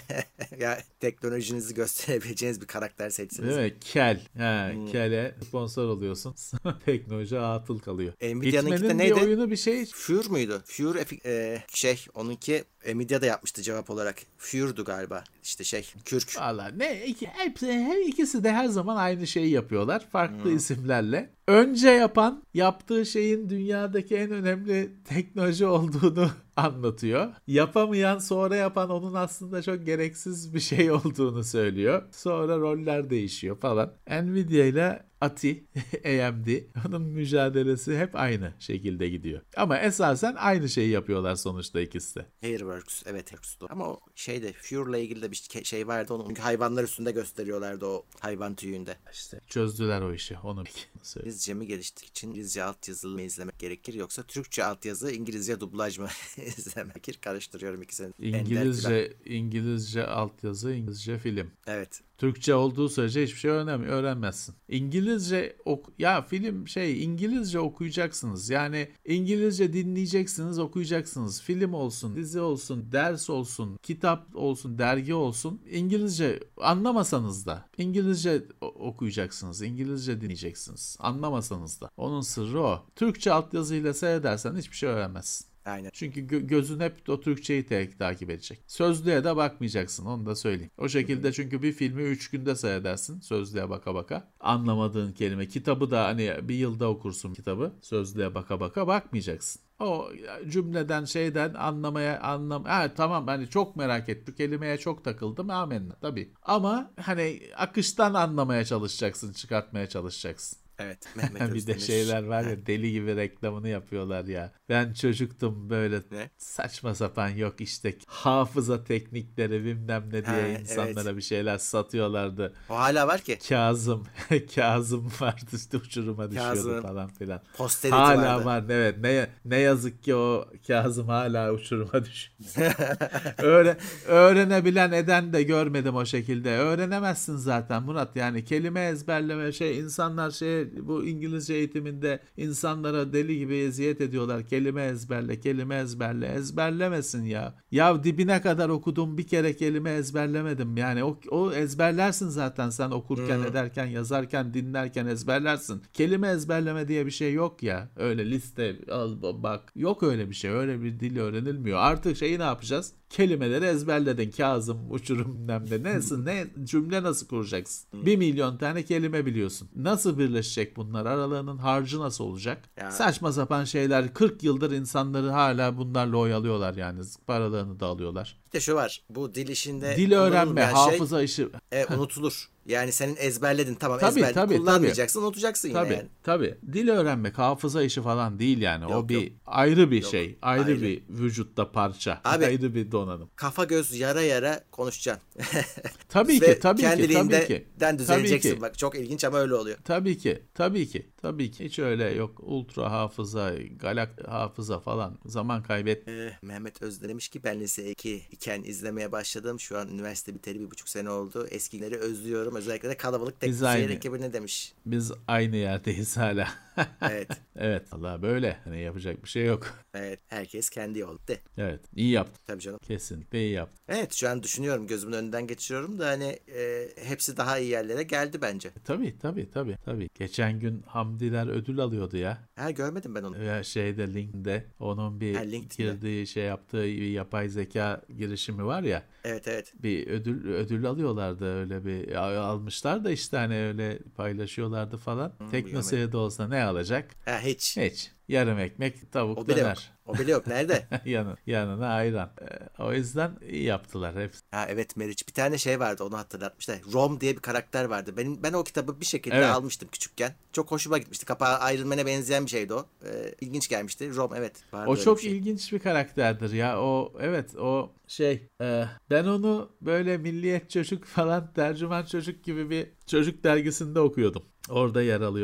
Ya teknolojinizi gösterebileceğiniz bir karakter seçsiniz. Değil mi? Kel. Ha, Hmm. Kel'e sponsor oluyorsun. Teknoloji atıl kalıyor. Nvidia'nınki de Hitman'in bir neydi? oyunu bir şey. Fure muydu? Fure efi- e, şey onunki Nvidia da yapmıştı cevap olarak. Fure'du galiba. İşte şey kürk. Valla ne iki, hepsi, her ikisi de her zaman aynı şeyi yapıyorlar. Farklı isimlerle. Önce yapan yaptığı şeyin dünyadaki en önemli teknoloji olduğunu anlatıyor. Yapamayan sonra yapan onun aslında çok gereksiz bir şey olduğunu söylüyor. Sonra roller değişiyor falan. Nvidia ile A T I, A M D onun mücadelesi hep aynı şekilde gidiyor. Ama esasen aynı şeyi yapıyorlar sonuçta ikisi de. Hairworks. Evet Hairworks. Ama o şeyde Fure'la ilgili de bir ke- şey vardı. Onu çünkü hayvanlar üstünde gösteriyorlardı o hayvan tüyünde. İşte çözdüler o işi. Onu söyleyeyim. İngilizce mi geliştirmek için İngilizce altyazılı mı izlemek gerekir yoksa Türkçe altyazı İngilizce dublaj mı izlemek gerekir? Karıştırıyorum ikisini. İngilizce İngilizce altyazı, İngilizce film. Evet. Türkçe olduğu sürece hiçbir şey öğren öğrenmezsin. İngilizce ok ya film şey İngilizce okuyacaksınız. Yani İngilizce dinleyeceksiniz, okuyacaksınız. Film olsun, dizi olsun, ders olsun, kitap olsun, dergi olsun. İngilizce anlamasanız da İngilizce okuyacaksınız. İngilizce dinleyeceksiniz. Anlamasanız da. Onun sırrı o. Türkçe altyazıyla seyredersen hiçbir şey öğrenmezsin. Aynen. Çünkü gö- gözün hep o Türkçeyi te- takip edecek. Sözlüğe de bakmayacaksın, onu da söyleyeyim. O şekilde çünkü bir filmi üç günde seyredersin sözlüğe baka baka. Anlamadığın kelime. Kitabı da hani bir yılda okursun kitabı. Sözlüğe baka baka bakmayacaksın. O cümleden şeyden anlamaya anlam ha tamam hani çok merak ettim kelimeye çok takıldım amenna tabii. Ama hani akıştan anlamaya çalışacaksın, çıkartmaya çalışacaksın. Evet. Mehmet Bir de Özdemir. şeyler var ya deli gibi reklamını yapıyorlar ya. Ben çocuktum böyle Ne? saçma sapan yok işte hafıza teknikleri bilmem ne diye Ha, insanlara evet. bir şeyler satıyorlardı. O hala var ki. Kazım, Kazım vardı işte uçuruma düşüyordu Kazım. falan filan. Posterity Hala vardı. var evet ne ne yazık ki o Kazım hala uçuruma düşüyor. Öğre, öğrenebilen eden de görmedim o şekilde. Öğrenemezsin zaten Murat yani kelime ezberleme şey insanlar şey bu İngilizce eğitiminde insanlara deli gibi eziyet ediyorlar. Kelime ezberle, kelime ezberle. Ezberlemesin ya. Ya dibine kadar okudum bir kere kelime ezberlemedim. Yani o, o ezberlersin zaten sen okurken, Hmm. ederken, yazarken, dinlerken ezberlersin. Kelime ezberleme diye bir şey yok ya. Öyle liste al bak. Yok öyle bir şey. Öyle bir dil öğrenilmiyor. Artık şeyi ne yapacağız? Kelimeleri ezberledin. Kazım, uçurum bilmem ne. Nasıl, ne cümle nasıl kuracaksın? Bir milyon tane kelime biliyorsun. Nasıl birleşecek bunlar? Aralarının harcı nasıl olacak? Ya. Saçma sapan şeyler. kırk yıldır insanları hala bunlarla oyalıyorlar yani. Paralarını da alıyorlar. Bir de şu var. Bu dil işinde Dil öğrenme, kullanılmayan hafıza işi. şey e, unutulur. Yani senin ezberledin tamam Tabii, ezberledin tabii, kullanmayacaksın unutacaksın Tabii, yine yani. tabii. Dil öğrenmek hafıza işi falan değil yani. Yok, o bir yok. ayrı bir Yok, şey. Ayrı, ayrı. bir vücutta parça. Abi- ayrı bir donanım. Kafa göz yara yara konuşacaksın. Tabii Ve ki, tabii ki, tabii ki. kendiliğinden düzeleceksin. Tabii ki. Bak çok ilginç ama öyle oluyor. Tabii ki, tabii ki, tabii ki. Hiç öyle yok. Ultra hafıza, galak hafıza falan. Zaman kaybet. Ee, Mehmet Özde demiş ki ben lise iki iken izlemeye başladım. Şu an üniversite biteli bir buçuk sene oldu. Eskileri özlüyorum. Özellikle de kalabalık tek Biz seyir aynı. ekibine demiş. Biz aynı yerdeyiz hala. Evet. Evet, Allah böyle. Hani yapacak bir şey yok. Evet. Herkes kendi yolda. De. Evet, iyi yaptın. Tabii canım. Kesinlikle iyi yaptın. Evet şu an düşünüyorum. Gözümün önünden geçiriyorum da hani e, hepsi daha iyi yerlere geldi bence. Tabii, tabii, tabii, tabii. Geçen gün Hamdiler ödül alıyordu ya. Ha görmedim ben onu. Ya şeyde LinkedIn'de onun bir Ha, LinkedIn'de. girdiği şey yaptığı bir yapay zeka girişimi var ya. Evet evet. Bir ödül ödül alıyorlardı öyle bir almışlar da işte hani öyle paylaşıyorlardı falan. Hmm, Teknoseyir'de de olsa ne alacak? Ha hiç. Hiç. Yarım ekmek tavuk O bile yok. döner. O bile yok. Nerede? Yanı, yanına ayran. Ee, o yüzden iyi yaptılar hepsi. Ha evet Meriç. Bir tane şey vardı onu hatırlatmışlar. Rom diye bir karakter vardı. Benim ben o kitabı bir şekilde Evet. almıştım küçükken. Çok hoşuma gitmişti. Kapağı Iron Man'e benzeyen bir şeydi o. Ee, ilginç gelmişti. Rom evet. Vardı O öyle çok bir şey. ilginç bir karakterdir ya. O evet o şey e, ben onu böyle Milliyet Çocuk falan tercüman çocuk gibi bir çocuk dergisinde okuyordum. Orada yer alıyordu.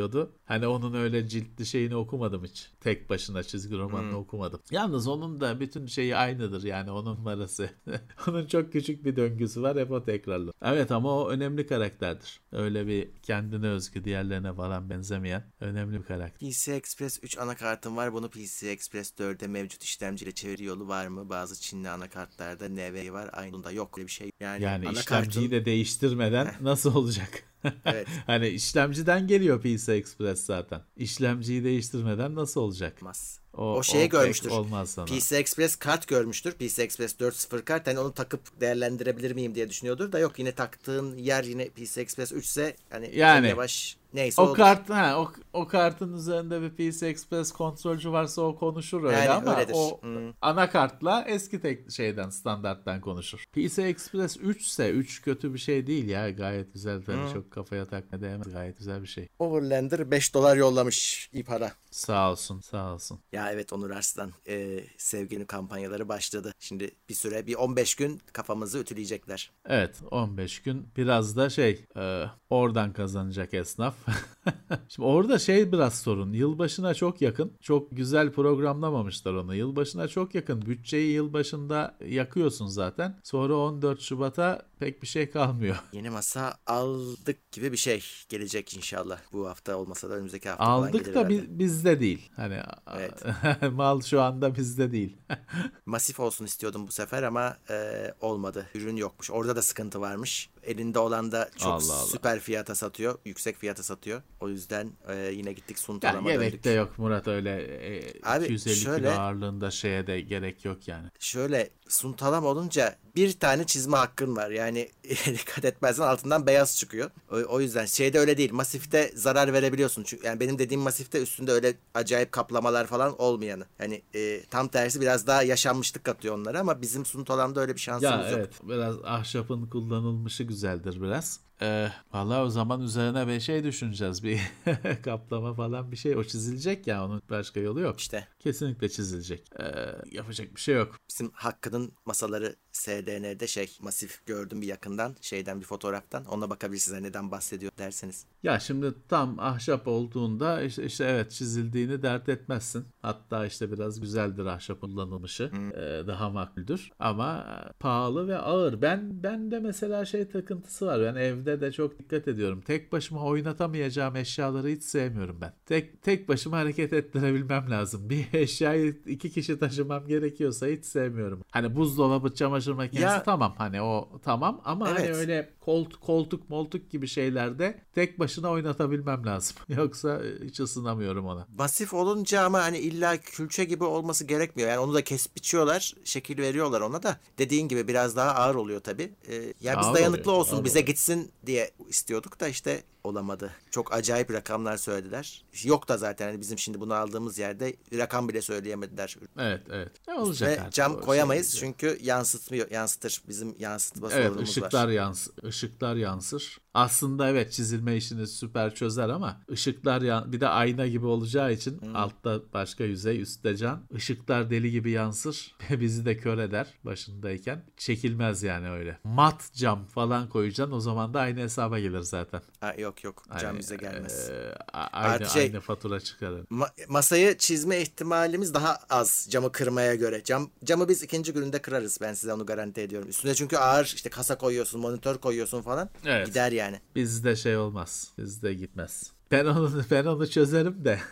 Hani onun öyle ciltli şeyini okumadım hiç. Tek başına çizgi romanını hmm. okumadım. Yalnız onun da bütün şeyi aynıdır yani, onun numarası. Onun çok küçük bir döngüsü var, hep o tekrarlı. Evet ama o önemli karakterdir. Öyle bir kendine özgü, diğerlerine falan benzemeyen önemli bir karakter. P C Express üç anakartım var. Bunu P C Express dörde mevcut işlemciyle çeviri yolu var mı? Bazı Çinli anakartlarda N V var. Aynında yok öyle bir şey. Yani, yani anakartın... işlemciyi de değiştirmeden nasıl olacak? Evet. Hani işlemciden geliyor P C Express zaten. İşlemciyi değiştirmeden nasıl olacak? Olmaz. O, o şeyi o görmüştür. Olmaz sana. P C Express kart görmüştür. P C Express dört nokta sıfır kart. Hani onu takıp değerlendirebilir miyim diye düşünüyordur da yok, yine taktığın yer yine P C Express üç ise hani yani yavaş neyse o olur. kart ha o, o kartın üzerinde bir P C Express kontrolcü varsa o konuşur öyle, yani ama öyledir. O hmm. anakartla eski tek şeyden, standarttan konuşur. P C Express üç ise üç kötü bir şey değil ya, gayet güzel tabii, hmm. çok kafaya takma değmez, gayet güzel bir şey. Overlander beş dolar yollamış, iyi para. Sağ olsun, sağ olsun. Ya evet Onur Arslan, e, sevginin kampanyaları başladı. Şimdi bir süre, bir on beş gün kafamızı ütüleyecekler. Evet, on beş gün biraz da şey e, oradan kazanacak esnaf. Şimdi orada şey biraz sorun. Yılbaşına çok yakın. Çok güzel programlamamışlar onu. Yılbaşına çok yakın. Bütçeyi yılbaşında yakıyorsun zaten. Sonra on dört Şubat'a pek bir şey kalmıyor. Yeni masa aldık gibi bir şey gelecek inşallah. Bu hafta olmasa da önümüzdeki hafta aldık falan da bi- bizde değil. Hani evet. Mal şu anda bizde değil. Masif olsun istiyordum bu sefer ama e, olmadı. Ürün yokmuş. Orada da sıkıntı varmış. Elinde olan da çok Allah süper Allah. fiyata satıyor. Yüksek fiyata satıyor. O yüzden e, yine gittik Suntalam'a ya, döndük. Gerek de yok Murat öyle e, Abi, iki yüz elli şöyle, kilo ağırlığında şeye de gerek yok yani. Şöyle Suntalam olunca bir tane çizme hakkın var. Yani dikkat etmezsen altından beyaz çıkıyor. O, o yüzden şeyde öyle değil. Masifte zarar verebiliyorsun. Çünkü yani benim dediğim masifte üstünde öyle acayip kaplamalar falan olmayanı. Yani e, tam tersi biraz daha yaşanmışlık katıyor onlara ama bizim Suntalam'da öyle bir şansımız ya, yok. Evet, biraz ahşapın kullanılmışı güzeldir biraz. Ee, vallahi o zaman üzerine bir şey düşüneceğiz. Bir kaplama falan bir şey. O çizilecek ya, onun başka yolu yok. İşte. Kesinlikle çizilecek. Ee, yapacak bir şey yok. Bizim Hakkı'nın masaları S D N'de şey masif gördüm bir yakından. Şeyden bir fotoğraftan. Ona bakabilirsiniz neden bahsediyor derseniz. Ya şimdi tam ahşap olduğunda işte, işte evet çizildiğini dert etmezsin. Hatta işte biraz güzeldir ahşap kullanılmışı. Hmm. Ee, daha makbuldür. Ama pahalı ve ağır. Ben ben de mesela şey takıntısı var. Ben evde de çok dikkat ediyorum. Tek başıma oynatamayacağım eşyaları hiç sevmiyorum ben. Tek tek başıma hareket ettirebilmem lazım. Bir eşyayı iki kişi taşımam gerekiyorsa hiç sevmiyorum. Hani buzdolabı, çamaşır makinesi ya, tamam hani o tamam ama evet. Hani öyle koltuk koltuk moltuk gibi şeylerde tek başına oynatabilmem lazım. Yoksa hiç ısınamıyorum ona. Masif olunca ama hani illa külçe gibi olması gerekmiyor. Yani onu da kesip biçiyorlar, şekil veriyorlar ona da. Dediğin gibi biraz daha ağır oluyor tabii. Ee, ya biz ağır dayanıklı oluyor, olsun, bize oluyor. Gitsin diye istiyorduk da işte olamadı. Çok acayip rakamlar söylediler. Yok da zaten hani bizim şimdi bunu aldığımız yerde rakam bile söyleyemediler. Evet, evet. Ne olacak artık? Cam koyamayız şey çünkü yansıtmıyor, yansıtır. Bizim yansıtma evet, sorunumuz ışıklar var. Yans ışıklar yansır. Aslında evet çizilme işini süper çözer ama ışıklar yan- bir de ayna gibi olacağı için hmm. altta başka yüzey, üstte cam. Işıklar deli gibi yansır. Bizi de kör eder başındayken. Çekilmez yani öyle. Mat cam falan koyacaksın, o zaman da aynı hesaba gelir zaten. Ha, yok yok cam aynı, bize gelmez. E, aynı, şey, aynı fatura çıkarır. Ma- masayı çizme ihtimalimiz daha az camı kırmaya göre. Cam camı biz ikinci gününde kırarız, ben size onu garanti ediyorum. Üstüne çünkü ağır işte kasa koyuyorsun, monitör koyuyorsun falan. Evet. Gider yani. Bizde şey olmaz. Bizde gitmez. Ben onu ben onu çözerim de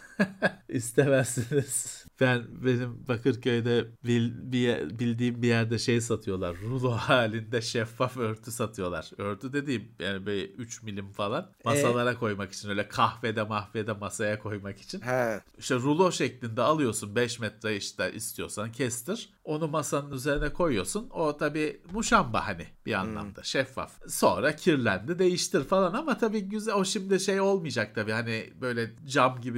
istemezsiniz. Ben benim Bakırköy'de bil, bir, bildiğim bir yerde şey satıyorlar. Rulo halinde şeffaf örtü satıyorlar. Örtü dediğim yani böyle üç milim falan. Masalara ee? koymak için, öyle kahvede mahvede masaya koymak için. He. İşte rulo şeklinde alıyorsun, beş metre işte istiyorsan kestir. Onu masanın üzerine koyuyorsun. O tabii muşamba hani bir anlamda hmm. şeffaf. Sonra kirlendi değiştir falan ama tabii güzel, o şimdi şey olmayacak tabii hani böyle cam gibi dümdüz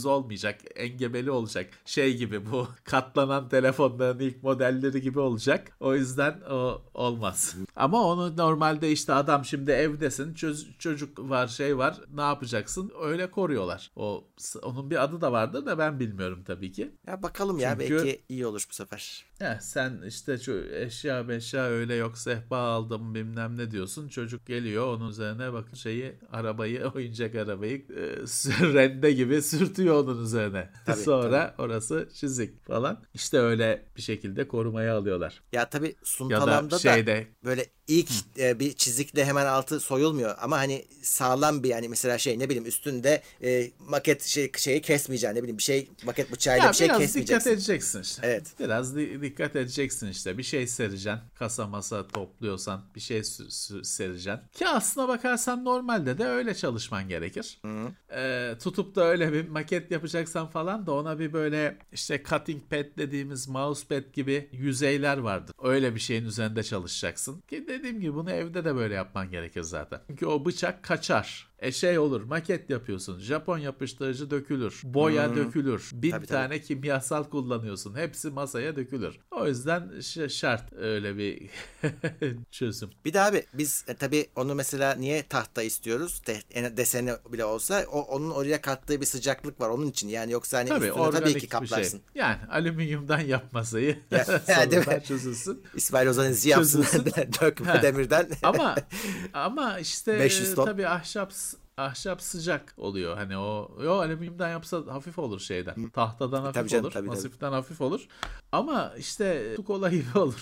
düz olmayacak. Engebeli olacak. Şey gibi, bu katlanan telefonların ilk modelleri gibi olacak. O yüzden o olmaz. Ama onu normalde işte adam şimdi evdesin. Çöz, çocuk var, şey var. Ne yapacaksın? Öyle koruyorlar. O onun bir adı da vardır da ben bilmiyorum tabii ki. Ya bakalım ya, Çünkü, belki iyi olur bu sefer. Heh, sen işte şu eşya beşya öyle yok, sehpa aldım bilmem ne diyorsun. Çocuk geliyor, onun üzerine bakın şeyi, arabayı, oyuncak arabayı e, rende gibi sürtüyor onun üzerine. Tabii, Sonra tabii. orası çizik falan. İşte öyle bir şekilde korumaya alıyorlar. Ya tabii Ya da Suntalam'da da şeyde böyle ilk e, bir çizikle hemen altı soyulmuyor ama hani sağlam bir, yani mesela şey, ne bileyim, üstünde e, maket şey şeyi kesmeyeceksin, ne bileyim, bir şey maket bıçağıyla ya bir şey biraz dikkat kesmeyeceksin. edeceksin işte. Evet. Biraz di- dikkat edeceksin işte. Bir şey sereceksin. Kasa masa topluyorsan bir şey sü- sü- sereceksin. Ki aslına bakarsan normalde de öyle çalışman gerekir. Hı. Ee, tutup da öyle bir maket yapacaksan falan da ona bir böyle işte cutting pad dediğimiz mousepad gibi yüzeyler vardır. Öyle bir şeyin üzerinde çalışacaksın. Ki dediğim gibi bunu evde de böyle yapman gerekir zaten. Çünkü o bıçak kaçar. E şey olur, maket yapıyorsun. Japon yapıştırıcı dökülür. Boya Hmm. dökülür. Bin Tabii, tane tabii. kimyasal kullanıyorsun. Hepsi masaya dökülür. O yüzden ş- şart öyle bir çözüm. Bir de abi biz e, tabii onu mesela niye tahta istiyoruz? De, en- deseni bile olsa o, onun oraya kattığı bir sıcaklık var onun için. Yani yoksa hani Tabii üstüne tabii organik ki bir şey. kaplarsın. Yani alüminyumdan yap masayı. Ya, ya, değil Sorunlar mi? çözülsün. İsmail Ozan İzci yapsın Çözülsün. dökme Heh. demirden. Ama ama işte beş yüz e, ton. tabii ahşap ahşap sıcak oluyor. Hani o yo alüminyumdan yapsa hafif olur şeyden. Tahtadan E, tabii hafif canım, olur. tabii, tabii. Masiften hafif olur. Ama işte su kola gibi olur.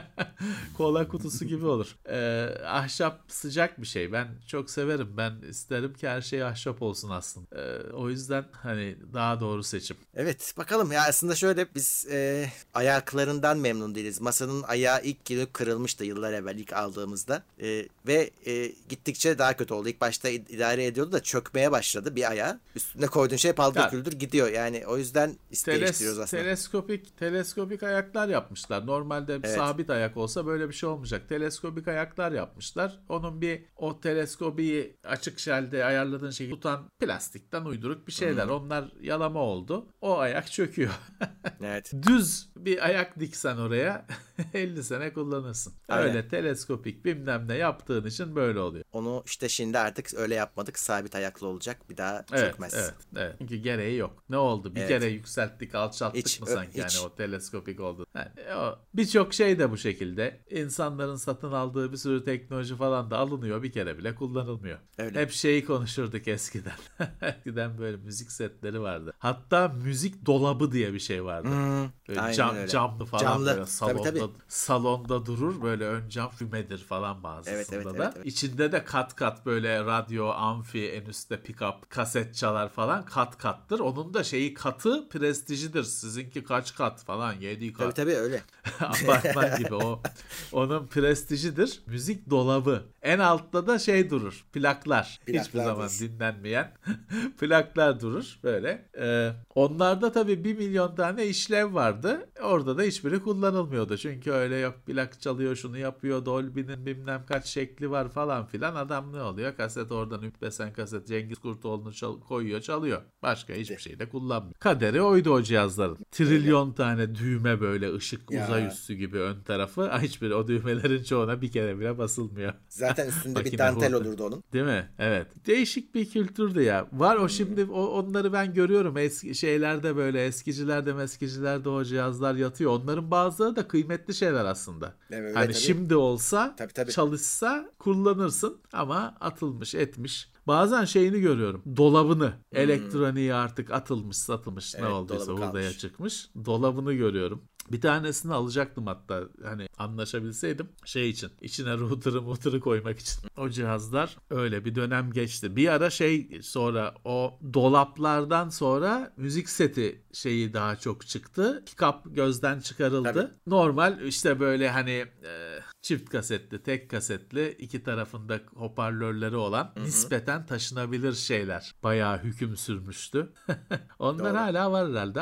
Kola kutusu gibi olur. Ee, ahşap sıcak bir şey. Ben çok severim. Ben isterim ki her şey ahşap olsun aslında. Ee, o yüzden hani daha doğru seçim. Evet, bakalım ya, aslında şöyle, biz e, ayaklarından memnun değiliz. Masanın ayağı ilk günü kırılmıştı yıllar evvel ilk aldığımızda. E, ve e, gittikçe daha kötü oldu. İlk başta id- idare ediyordu da çökmeye başladı bir ayağı. Üstüne koyduğun şey paldır Ya küldür gidiyor. Yani o yüzden is- değiştiriyoruz Teles, aslında. teleskopik teleskopik ayaklar yapmışlar. Normalde Evet. sabit ayak olsa böyle bir şey olmayacak. Teleskopik ayaklar yapmışlar. Onun bir o teleskobiyi açık şelde ayarladığın şeyi tutan plastikten uyduruk bir şeyler. Hmm. Onlar yalama oldu. O ayak çöküyor. Evet. Düz bir ayak diksen oraya elli sene kullanırsın. Aynen. Öyle teleskopik bilmem ne yaptığın için böyle oluyor. Onu işte şimdi artık öyle yapmadık. Sabit ayaklı olacak. Bir daha Evet, çökmez. evet, evet. Çünkü gereği yok. Ne oldu? Bir Evet. kere yükselttik, alçalttık Hiç, mı ö- sanki hiç. yani o teleskopik oldu. Yani o birçok şey de bu şekilde. İnsanların satın aldığı bir sürü teknoloji falan da alınıyor, bir kere bile kullanılmıyor. Öyle. Hep şeyi konuşurduk eskiden. Eskiden böyle müzik setleri vardı. Hatta müzik dolabı diye bir şey vardı. Hmm, Böyle aynen cam, öyle. camlı falan Camlı. böyle Tabii, salonda tabii. salonda durur, böyle ön cam fümedir falan bazısında Evet, evet, da. evet, evet. İçinde de kat kat böyle radyo, amfi, en üstte pick-up, kaset çalar falan, kat kattır. Onun da şeyi katı prestijidir. Sizinki kaç kat falan, yedi Tabii, kat. tabii, öyle. Apartman gibi o. Onun prestijidir. Müzik dolabı. En altta da şey durur. Plaklar. Plaklar Hiçbir zaman durur. dinlenmeyen plaklar durur böyle. Ee, onlarda tabii bir milyon tane işlev vardı. Orada da hiçbiri kullanılmıyordu. Çünkü öyle yok, plak çalıyor, şunu yapıyor, Dolby'nin bilmem kaç şekli var falan filan. Adam ne oluyor? Kaset oradan üplesen kaset Cengiz Kurtoğlu'nu çal- koyuyor, çalıyor. Başka hiçbir şey de kullanmıyor. Kaderi oydu o cihazların. Trilyon tane düğme, böyle ışık Ya. uzay üssü gibi ön tarafı. Ay, hiçbir o düğmelerin çoğuna bir kere bile basılmıyor. Zaten üstünde bir Makine dantel hurda. olurdu onun. Değil mi? Evet. Değişik bir kültürdü ya. Var o şimdi, o, onları ben görüyorum. Eski şeylerde, böyle eskicilerde meskicilerde o cihazlar yatıyor. Onların bazıları da kıymetli şeyler aslında. Evet, öyle hani tabii. şimdi olsa, Tabii, tabii. çalışsa kullanırsın ama atılmış etmiş. Bazen şeyini görüyorum. Dolabını, elektroniği artık atılmış, satılmış, Hmm. Evet, ne olduysa dolabı hurdaya kalmış. çıkmış. Dolabını görüyorum. Bir tanesini alacaktım hatta, hani anlaşabilseydim şey için, içine router'ı muter'ı koymak için. O cihazlar öyle bir dönem geçti. Bir ara şey, sonra o dolaplardan sonra müzik seti şeyi daha çok çıktı. Kap gözden çıkarıldı. Tabii. Normal işte böyle hani e, çift kasetli, tek kasetli, iki tarafında hoparlörleri olan nispeten taşınabilir şeyler. Bayağı hüküm sürmüştü. Onlar Doğru. hala var herhalde ama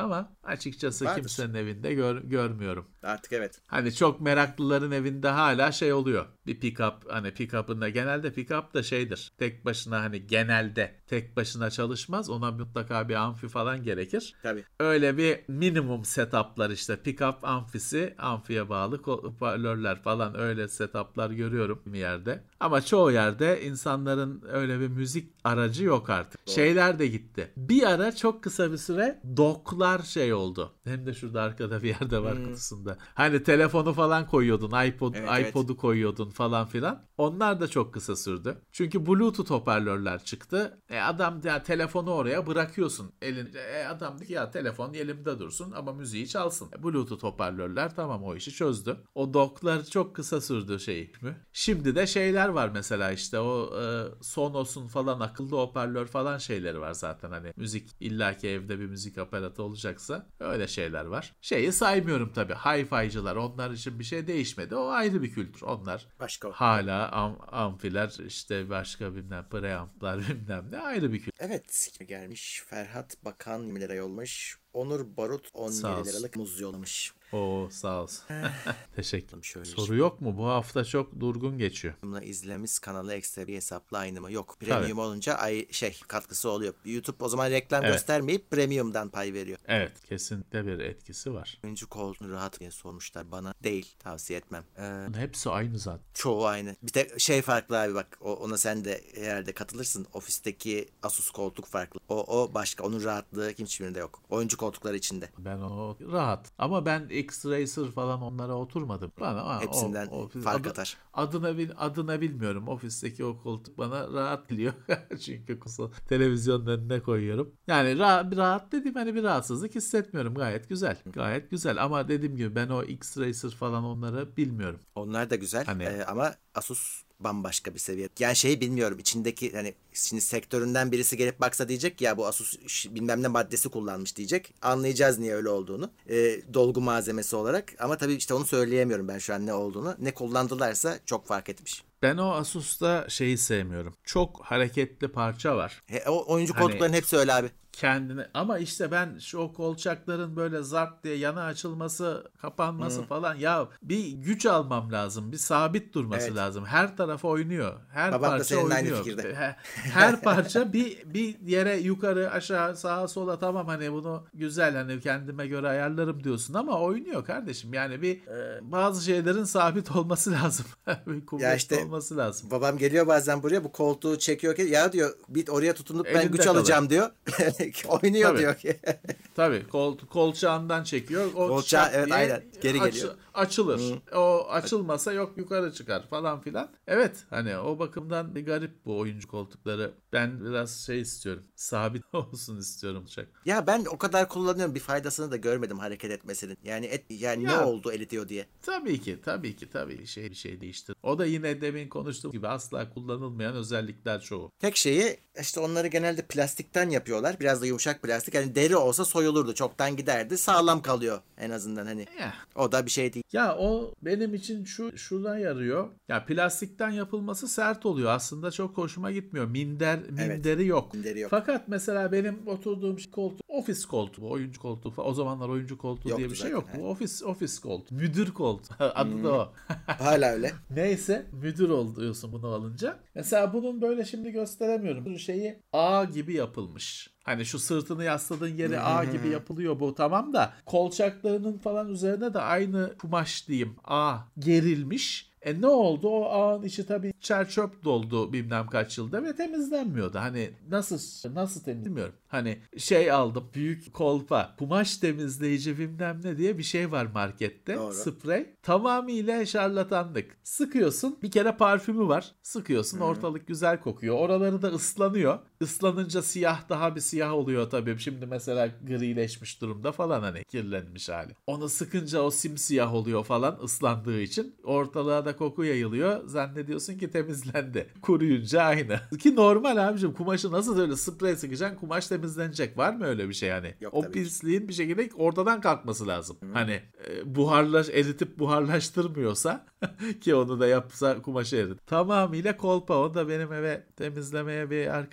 açıkçası Vardır. kimsenin evinde gör, görmüyorum. Artık evet. Hani çok meraklıların evinde hala şey oluyor. Bir pick-up, hani pick-up'ın da genelde pick-up da şeydir. Tek başına, hani genelde tek başına çalışmaz. Ona mutlaka bir amfi falan gerekir. Tabii. Öyle bir minimum setup'lar işte. Pick-up amfisi, amfiye bağlı hoparlörler falan, öyle setup'lar görüyorum bir yerde. Ama çoğu yerde insanların öyle bir müzik aracı yok artık. Doğru. Şeyler de gitti. Bir ara çok kısa bir süre dock'lar şey oldu. Hem de şurada arkada bir yerde var, Hmm. kutusunda. Hani telefonu falan koyuyordun, iPod, Evet, iPod'u evet. koyuyordun falan filan. Onlar da çok kısa sürdü. Çünkü Bluetooth hoparlörler çıktı. E adam ya telefonu oraya bırakıyorsun. Elin, e adam diyor ki ya telefon elimde dursun ama müziği çalsın. E, Bluetooth hoparlörler tamam o işi çözdü. O dock'lar çok kısa sürdü şey mi? Şimdi de şeyler var mesela, işte o e, Sonos'un falan akıllı hoparlör falan şeyleri var zaten, hani müzik, illaki evde bir müzik aparatı olacaksa öyle şeyler var. Şeyi saymıyorum tabii, hi-fi'cılar, onlar için bir şey değişmedi. O ayrı bir kültür. Onlar Başka o. hala am, amfiler, işte başka bilmem preamplar bilmem ne, ayrı bir kültür. Evet, gelmiş Ferhat Bakan yirmi lira yollamış. Onur Barut on Sağ yedi olsun. liralık muz yollamış. Oo, sağ olsun. Teşekkür. Şöyle Soru yok mu? Bu hafta çok durgun geçiyor. Bununla izlemiz kanalı ekstra bir hesapla aynı mı? Yok. Tabii. Premium olunca ay şey katkısı oluyor. YouTube o zaman reklam Evet. göstermeyip premium'dan pay veriyor. Evet, kesinlikle bir etkisi var. Oyuncu koltuğu rahat diye sormuşlar bana. Değil. Tavsiye etmem. Ee, Hepsi aynı zaten. çoğu aynı. Bir tek şey farklı abi bak. O, ona sen de herhalde katılırsın. Ofisteki Asus koltuk farklı. O, o başka. Onun rahatlığı hiçbirinde yok. Oyuncu koltukları içinde. Ben o rahat. Ama ben X-Racer falan onlara oturmadım. Bana ama Hepsinden o, o fark adı, atar. adına bil, adına bilmiyorum. Ofisteki o koltuk bana rahat geliyor. Çünkü kusa televizyonun önüne koyuyorum. Yani rahat, rahat dediğim hani bir rahatsızlık hissetmiyorum. Gayet güzel. Gayet güzel. Ama dediğim gibi ben o X-Racer falan onları bilmiyorum. Onlar da güzel. Hani Ee, ama Asus bambaşka bir seviye. Yani şeyi bilmiyorum. İçindeki hani şimdi sektöründen birisi gelip baksa diyecek ki ya bu Asus ş- bilmem ne maddesi kullanmış diyecek. Anlayacağız niye öyle olduğunu. Ee, dolgu malzemesi olarak. Ama tabii işte onu söyleyemiyorum ben şu an ne olduğunu. Ne kullandılarsa çok fark etmiş. ben o Asus'ta şeyi sevmiyorum. Çok hareketli parça var. He, o oyuncu Hani koltukların hepsi öyle abi. kendine, ama işte ben şu o kolçakların böyle zart diye yana açılması, kapanması Hı. falan, ya bir güç almam lazım, bir sabit durması Evet. lazım. Her tarafı oynuyor, her Babam da parça seninle aynı oynuyor. fikirde. He- Her parça bir bir yere, yukarı aşağı sağa sola, tamam hani bunu güzel, hani kendime göre ayarlarım diyorsun ama oynuyor kardeşim. Yani bir e, bazı şeylerin sabit olması lazım. Bir kuvvetli işte olması lazım. Babam geliyor bazen buraya bu koltuğu çekiyor ki ya diyor bir oraya tutunup ben Elinde güç kalır. alacağım diyor. Oynuyor Tabii. diyor ki. Tabii kol, kolçağından çekiyor. O Kolçağı, şak evet, diye aynen. Geri aç- geliyor. açılır. O açılmasa yok yukarı çıkar falan filan. Evet, hani o bakımdan bir garip bu oyuncu koltukları. Ben biraz şey istiyorum. Sabit olsun istiyorum uçak. Ya ben o kadar kullanıyorum bir faydasını da görmedim hareket etmesinin. Yani et, yani ne Ya oldu elitiyor diye. tabii ki, tabii ki, tabii şey bir şey değiştir. O da yine demin konuştuğum gibi asla kullanılmayan özellikler çoğu. Tek şeyi işte onları genelde plastikten yapıyorlar. Biraz da yumuşak plastik. Yani deri olsa soyulurdu. Çoktan giderdi. Sağlam kalıyor en azından hani. Ya. O da bir şey değil. Ya o benim için şu şuna yarıyor. Ya plastikten yapılması sert oluyor. Aslında çok hoşuma gitmiyor. Minder Evet. minderi yok. Minderi yok. Fakat mesela benim oturduğum koltuk ofis koltuğu, oyuncu koltuğu falan. O zamanlar oyuncu koltuğu Yoktu diye bir şey zaten, yok. he. Bu ofis ofis koltuğu. Müdür koltuğu. Adı da o. Hala öyle. Neyse, müdür oluyorsun bunu alınca. Mesela bunun böyle şimdi gösteremiyorum. Şeyi A gibi yapılmış. Hani şu sırtını yasladığın yeri A gibi yapılıyor bu, tamam da kolçaklarının falan üzerine de aynı kumaş diyeyim A gerilmiş. E ne oldu? O ağın içi tabii çer çöp doldu bilmem kaç yılda ve temizlenmiyordu. Hani nasıl nasıl temizlemiyorum. Hani şey aldım, büyük kolpa, kumaş temizleyici bilmem ne diye bir şey var markette. Doğru. Sprey. Tamamıyla şarlatanlık. Sıkıyorsun. Bir kere parfümü var. Sıkıyorsun. Ortalık güzel kokuyor. Oraları da ıslanıyor. Islanınca siyah, daha bir siyah oluyor tabii. Şimdi mesela grileşmiş durumda falan, hani kirlenmiş hali. Onu sıkınca o simsiyah oluyor falan ıslandığı için. Ortalığa da koku yayılıyor. Zannediyorsun ki temizlendi. Kuruyunca aynı. Ki normal abicim, kumaşı nasıl öyle sprey sıkacaksın, kumaş temizlenecek. Var mı öyle bir şey yani? Yok, O tabii ki. pisliğin bir şekilde ortadan kalkması lazım. Hani e, buharlaş, eritip buharlaştırmıyorsa ki onu da yapsa kumaşı erit. Tamamıyla kolpa. O da benim eve temizlemeye bir arkadaş geldi.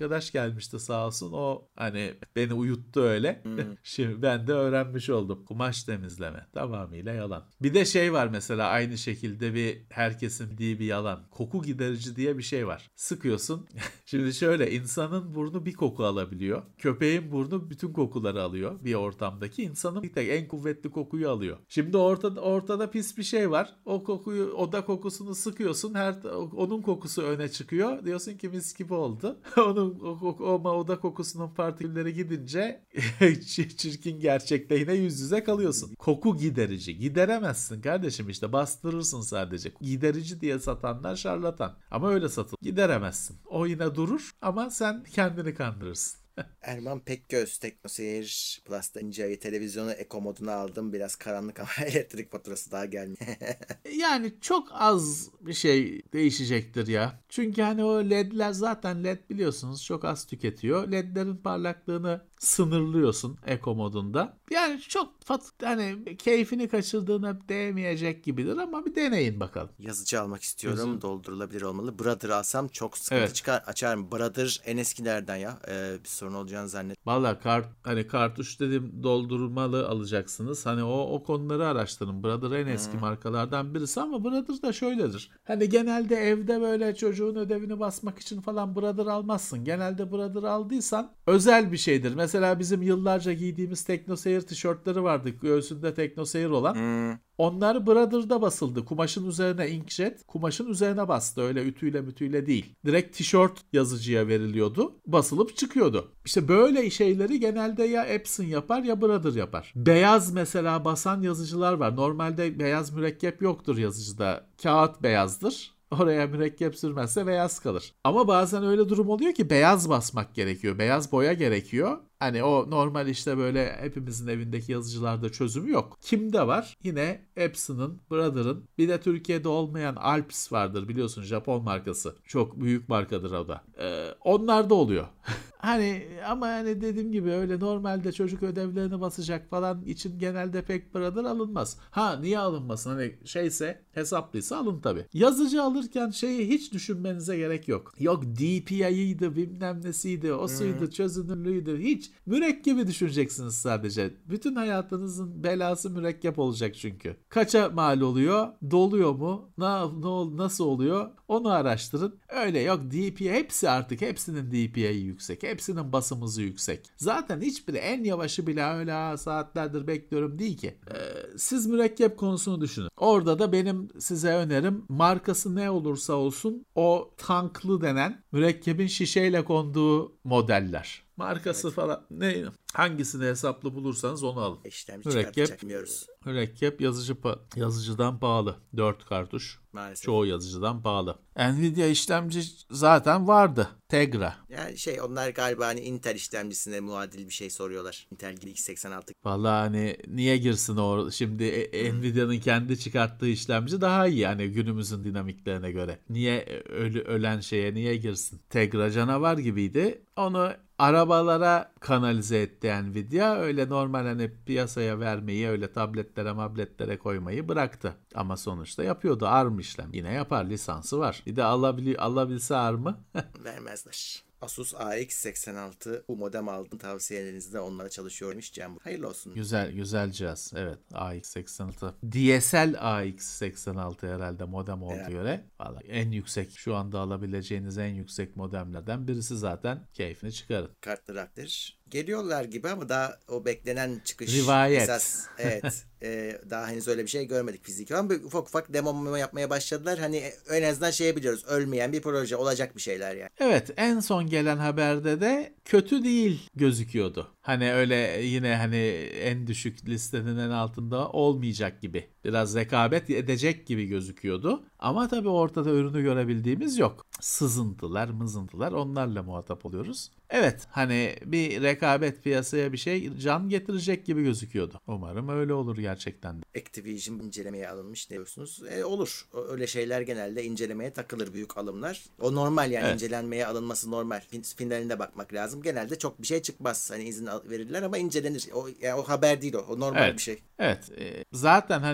gelmişti sağ olsun. O hani beni uyuttu öyle. Hmm. Şimdi ben de öğrenmiş oldum. Kumaş temizleme. Tamamıyla yalan. Bir de şey var mesela aynı şekilde bir herkesin bildiği bir yalan. Koku giderici diye bir şey var. Sıkıyorsun. Şimdi şöyle insanın burnu bir koku alabiliyor. Köpeğin burnu bütün kokuları alıyor bir ortamdaki. İnsanın bir tek en kuvvetli kokuyu alıyor. Şimdi ortada ortada pis bir şey var. O kokuyu, oda kokusunu sıkıyorsun. Her onun kokusu öne çıkıyor. Diyorsun ki mis gibi oldu. onun o, o, o oda kokusunun partikülleri gidince çirkin gerçekle yine yüz yüze kalıyorsun. Koku giderici. Gideremezsin kardeşim işte. Bastırırsın sadece. Giderici diye satanlar şarlatan. Ama öyle satılır. Gideremezsin. O yine durur ama sen kendini kandırırsın. Erman Pekgöz, TeknoSeyir Plus'ta ince ayı televizyonu Eco moduna aldım. Biraz karanlık ama elektrik faturası daha gelmiyor. Yani çok az bir şey değişecektir ya. Çünkü hani o ledler zaten led biliyorsunuz çok az tüketiyor. Ledlerin parlaklığını sınırlıyorsun Eco modunda. Yani çok fat hani keyfini kaçırdığına değmeyecek gibidir ama bir deneyin bakalım. Yazıcı almak istiyorum. Gözüm. Doldurulabilir olmalı. Brother alsam çok sıkıntı evet. çıkar. Açarım. Brother en eskilerden ya. Ee, bir sorun olacağını zannet. Valla kart hani kartuş dedim doldurmalı alacaksınız. Hani o o konuları araştırın. Brother en eski hmm. markalardan birisi ama Brother da şöyledir. Hani genelde evde böyle çocuğun ödevini basmak için falan Brother almazsın. Genelde Brother aldıysan özel bir şeydir. Mesela bizim yıllarca giydiğimiz TeknoSeyir tişörtleri vardı. Göğsünde TeknoSeyir olan. Hmm. Onlar Brother'da basıldı. Kumaşın üzerine inkjet, kumaşın üzerine bastı. Öyle ütüyle mütüyle değil. Direkt tişört yazıcıya veriliyordu. Basılıp çıkıyordu. İşte böyle şeyleri genelde ya Epson yapar ya Brother yapar. Beyaz mesela basan yazıcılar var. Normalde beyaz mürekkep yoktur yazıcıda. Kağıt beyazdır. Oraya mürekkep sürmezse beyaz kalır. Ama bazen öyle durum oluyor ki beyaz basmak gerekiyor. Beyaz boya gerekiyor. Hani o normal işte böyle hepimizin evindeki yazıcılarda çözümü yok. Kimde var? Yine Epson'ın, Brother'ın, bir de Türkiye'de olmayan Alps vardır biliyorsun Japon markası. Çok büyük markadır o da. Ee, onlarda oluyor. Hani ama hani dediğim gibi öyle normalde çocuk ödevlerini basacak falan için genelde pek Brother alınmaz. Ha niye alınmasın? Hani şeyse hesaplıysa alın tabii. Yazıcı alırken şeyi hiç düşünmenize gerek yok. Yok D P I'ydi bilmem nesiydi, o suydu, hmm. çözünürlüğüydü. Hiç mürekkebi düşüneceksiniz sadece. Bütün hayatınızın belası mürekkep olacak çünkü. Kaça mal oluyor? Doluyor mu? Na, na, nasıl oluyor? Onu araştırın. Öyle yok D P I hepsi artık hepsinin D P I'yi yüksek. Hepsinin basımızı yüksek. Zaten hiçbiri en yavaşı bile öyle saatlerdir bekliyorum değil ki. Ee, siz mürekkep konusunu düşünün. Orada da benim size önerim markası ne olursa olsun o tanklı denen mürekkebin şişeyle konduğu modeller. Markası evet. falan ne hangisini hesaplı bulursanız onu alın. İşlemci mürekkep, mürekkep yazıcı yazıcıdan pahalı. dört kartuş. Maalesef. Çoğu yazıcıdan pahalı. Nvidia işlemci zaten vardı. Tegra. Yani şey onlar galiba hani Intel işlemcisine muadil bir şey soruyorlar. Intel G X seksen altı. Vallahi hani niye girsin o şimdi hmm. Nvidia'nın kendi çıkarttığı işlemci daha iyi yani günümüzün dinamiklerine göre. Niye ölü, ölen şeye niye girsin? Tegra canavar gibiydi. Onu arabalara kanalize etti Nvidia. Öyle normal hani piyasaya vermeyi öyle tabletlere mabletlere koymayı bıraktı. Ama sonuçta yapıyordu. A R M işlem. Yine yapar lisansı var. Bir de alabili alabilse A R M'ı. Vermezler. Asus A X seksen altı bu modem aldım tavsiyelerinizde onlara çalışıyormuş Cem. Hayırlı olsun. Güzel güzel cihaz. Evet A X seksen altı. D S L A X seksen altı herhalde modem olduğu evet. göre. Vallahi en yüksek şu anda alabileceğiniz en yüksek modemlerden birisi zaten keyfini çıkarın. Kartları aktar. Geliyorlar gibi ama daha o beklenen çıkış. Rivayet. Esas, evet. e, daha henüz öyle bir şey görmedik fiziki ama ufak ufak demo yapmaya başladılar. Hani en azından şey biliyoruz. Ölmeyen bir proje olacak bir şeyler yani. Evet en son gelen haberde de kötü değil gözüküyordu. Hani öyle yine hani en düşük listenin en altında olmayacak gibi. Biraz rekabet edecek gibi gözüküyordu. Ama tabii ortada ürünü görebildiğimiz yok. Sızıntılar, mızıntılar onlarla muhatap oluyoruz. Evet hani bir rekabet piyasaya bir şey can getirecek gibi gözüküyordu. Umarım öyle olur gerçekten de. Activision incelemeye alınmış diyorsunuz. E, olur. Öyle şeyler genelde incelemeye takılır büyük alımlar. O normal yani evet. incelenmeye alınması normal. Finaline bakmak lazım. Genelde çok bir şey çıkmaz. Hani izin verirler ama incelenir. O, yani o haber değil o. O normal evet. bir şey. Evet. E, zaten hani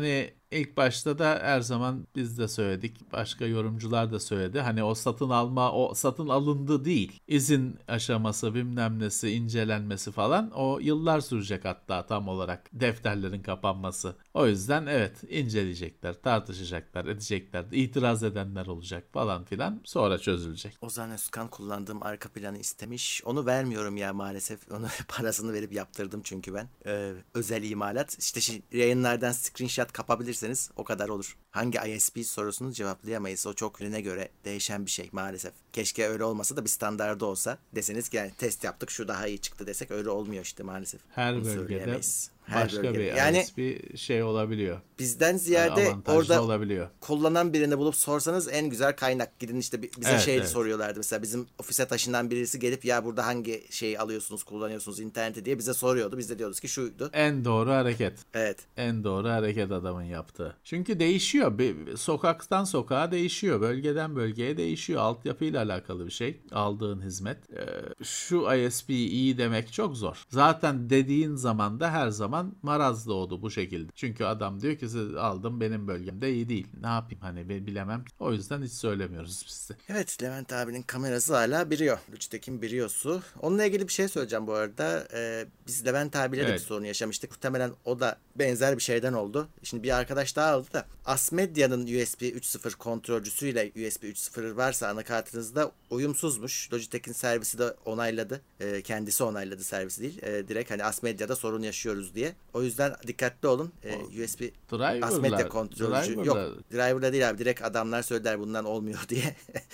ilk başta da her zaman biz de söyledik, başka yorumcular da söyledi. Hani o satın alma, o satın alındı değil. İzin aşaması, bilmem nesi, incelenmesi falan o yıllar sürecek hatta tam olarak defterlerin kapanması. O yüzden evet inceleyecekler, tartışacaklar, edecekler, itiraz edenler olacak falan filan. Sonra çözülecek. Ozan Özkan kullandığım arka planı istemiş. Onu vermiyorum ya maalesef. Onu parasını verip yaptırdım çünkü ben. Ee, özel imalat. İşte şimdi yayınlardan screenshot kapabilirseniz o kadar olur. Hangi I S P sorusunu cevaplayamayız. O çok ürüne göre değişen bir şey maalesef. Keşke öyle olmasa da bir standardı olsa. Deseniz ki yani test yaptık şu daha iyi çıktı desek öyle olmuyor işte maalesef. Her Bunu bölgede söyleyemeyiz. Her başka bölgede. bir Yani I S P şey olabiliyor. bizden ziyade Avantajlı orada olabiliyor. kullanan birini bulup sorsanız en güzel kaynak. Gidin işte bi- bize Evet, şey evet. soruyorlardı. Mesela bizim ofise taşınan birisi gelip ya burada hangi şeyi alıyorsunuz, kullanıyorsunuz interneti diye bize soruyordu. Biz de diyoruz ki şuydu. En doğru hareket. Evet. En doğru hareket adamın yaptığı. Çünkü değişiyor. Bir, sokaktan sokağa değişiyor. Bölgeden bölgeye değişiyor. Altyapıyla alakalı bir şey. Aldığın hizmet. Ee, şu I S P iyi demek çok zor. Zaten dediğin zaman da her zaman maraz doğdu bu şekilde. Çünkü adam diyor ki siz aldım benim bölgemde iyi değil. Ne yapayım hani ben bilemem. O yüzden hiç söylemiyoruz biz de. Evet, Levent abinin kamerası hala biriyor. Lüçtekin biriyorsu. Onunla ilgili bir şey söyleyeceğim bu arada. Ee, biz Levent abiyle de Evet. bir sorun yaşamıştık. Muhtemelen o da benzer bir şeyden oldu. Şimdi bir arkadaş daha aldı da Asmedia'nın U S B üç nokta sıfır kontrolcüsüyle U S B üç nokta sıfır varsa anakartınızda uyumsuzmuş. Logitech'in servisi de onayladı. Ee, kendisi onayladı, servisi değil. Ee, direkt hani Asmedia'da sorun yaşıyoruz diye. O yüzden dikkatli olun. Ee, U S B Asmedia kontrolcü driverlar. yok. Driver'da değil abi. Direkt adamlar söylediler bundan olmuyor diye.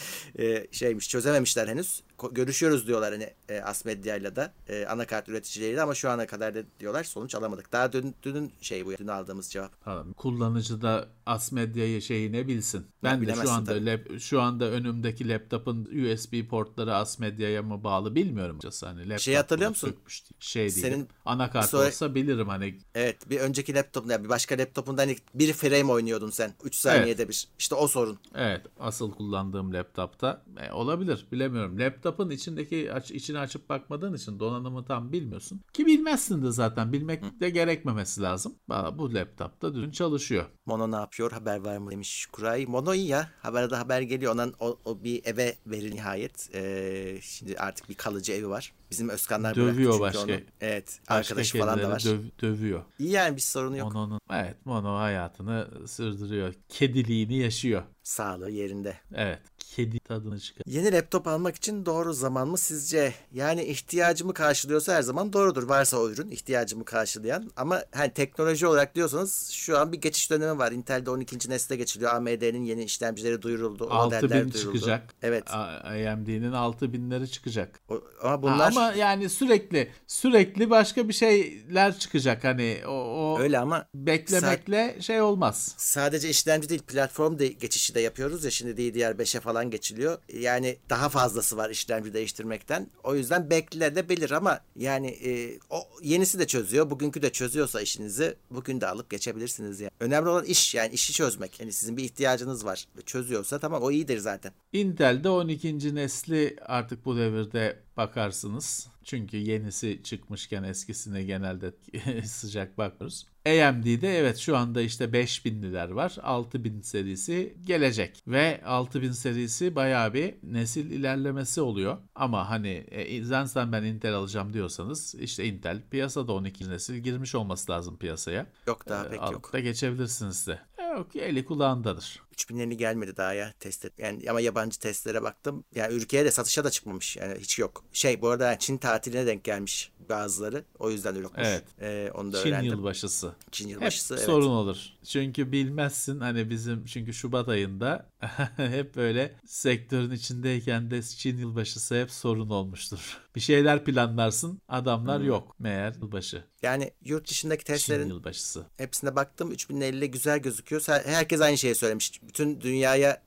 ee, şeymiş, çözememişler henüz. Ko- görüşüyoruz diyorlar hani e, Asmedia'yla da e, anakart üreticileriyle ama şu ana kadar da diyorlar sonuç alamadık. Daha dün dünün şey bu dün aldığımız cevap. Tamam. Kullanıcı da Asmedia'yı şeyi ne bilsin. Ben de şu bilemezsin anda tabii. lap, şu anda önümdeki laptopun U S B portları Asmedia'ya mı bağlı bilmiyorum. Hani laptop Şey hatırlıyor bunu musun? sökmüş değil. Şey değil. Senin Anakart sonra- olsa bilirim hani. Evet, bir önceki laptopunda bir başka laptopunda hani bir frame oynuyordun sen. üç saniyede bir. İşte o sorun. Evet, asıl kullandığım laptopta e, olabilir, bilemiyorum. Laptopun içindeki aç, içini açıp bakmadığın için donanımı tam bilmiyorsun. Ki bilmezsin de zaten bilmek de gerekmemesi lazım. Valla bu laptopta dün çalışıyor. Mono ne yapıyor? Haber var mı demiş Kuray. Mono iyi ya. Haberde haber geliyor. Ondan o, o bir eve verir nihayet. Ee, şimdi artık bir kalıcı evi var. Bizim Özkanlar bıraktı Dövüyor çünkü başka. onu. Evet. Başka Arkadaşı falan da kedileri var. döv- dövüyor. İyi yani bir sorunu yok. Mono'nun, evet, Mono hayatını sürdürüyor. Kediliğini yaşıyor. Sağlığı yerinde. Evet, kedi tadını çıkar. Yeni laptop almak için doğru zaman mı sizce? Yani ihtiyacımı karşılıyorsa her zaman doğrudur. Varsa o ürün ihtiyacımı karşılayan. Ama hani teknoloji olarak diyorsanız şu an bir geçiş dönemi var. Intel'de on ikinci nesle geçiliyor. A M D'nin yeni işlemcileri duyuruldu. O altı modeller bin duyuruldu. çıkacak. Evet. A M D'nin altı binleri çıkacak. O, ama bunlar Ha, ama yani sürekli sürekli başka bir şeyler çıkacak hani o, o öyle ama beklemekle şey olmaz. sadece işlemci değil platform de geçişi de yapıyoruz ya şimdi D D R beşe falan geçiliyor. Yani daha fazlası var işlemci değiştirmekten. O yüzden beklenebilir ama yani e, o yenisi de çözüyor. Bugünkü de çözüyorsa işinizi bugün de alıp geçebilirsiniz yani. Önemli olan iş yani işi çözmek. Yani sizin bir ihtiyacınız var ve çözüyorsa tamam o iyidir zaten. Intel'de on ikinci nesli artık bu devirde bakarsınız. Çünkü yenisi çıkmışken eskisine genelde sıcak bakmıyoruz. A M D'de evet şu anda işte beş binliler var. altı bin serisi gelecek. Ve altı bin serisi bayağı bir nesil ilerlemesi oluyor. Ama hani e, zaten ben Intel alacağım diyorsanız işte Intel piyasada on ikinci nesil girmiş olması lazım piyasaya. Yok daha Ee, pek alıp yok. da geçebilirsiniz de. Yok eli kulağındadır. üç binlerini gelmedi daha ya test et. Yani ama yabancı testlere baktım. Yani ülkeye de satışa da çıkmamış. Yani hiç yok. Şey bu arada Çin tatiline denk gelmiş bazıları. O yüzden yokmuş. Evet. Ee, onu da Çin öğrendim. yılbaşısı. Çin Hep yılbaşısı evet. sorun olur. Çünkü bilmezsin hani bizim çünkü Şubat ayında hep böyle sektörün içindeyken de Çin yılbaşısı hep sorun olmuştur. Bir şeyler planlarsın adamlar Hmm. yok meğer yılbaşı. Yani yurt dışındaki Çin testlerin yılbaşısı. hepsine baktım. üç bin elli güzel gözüküyor. Herkes aynı şeyi söylemiş. Bütün dünyaya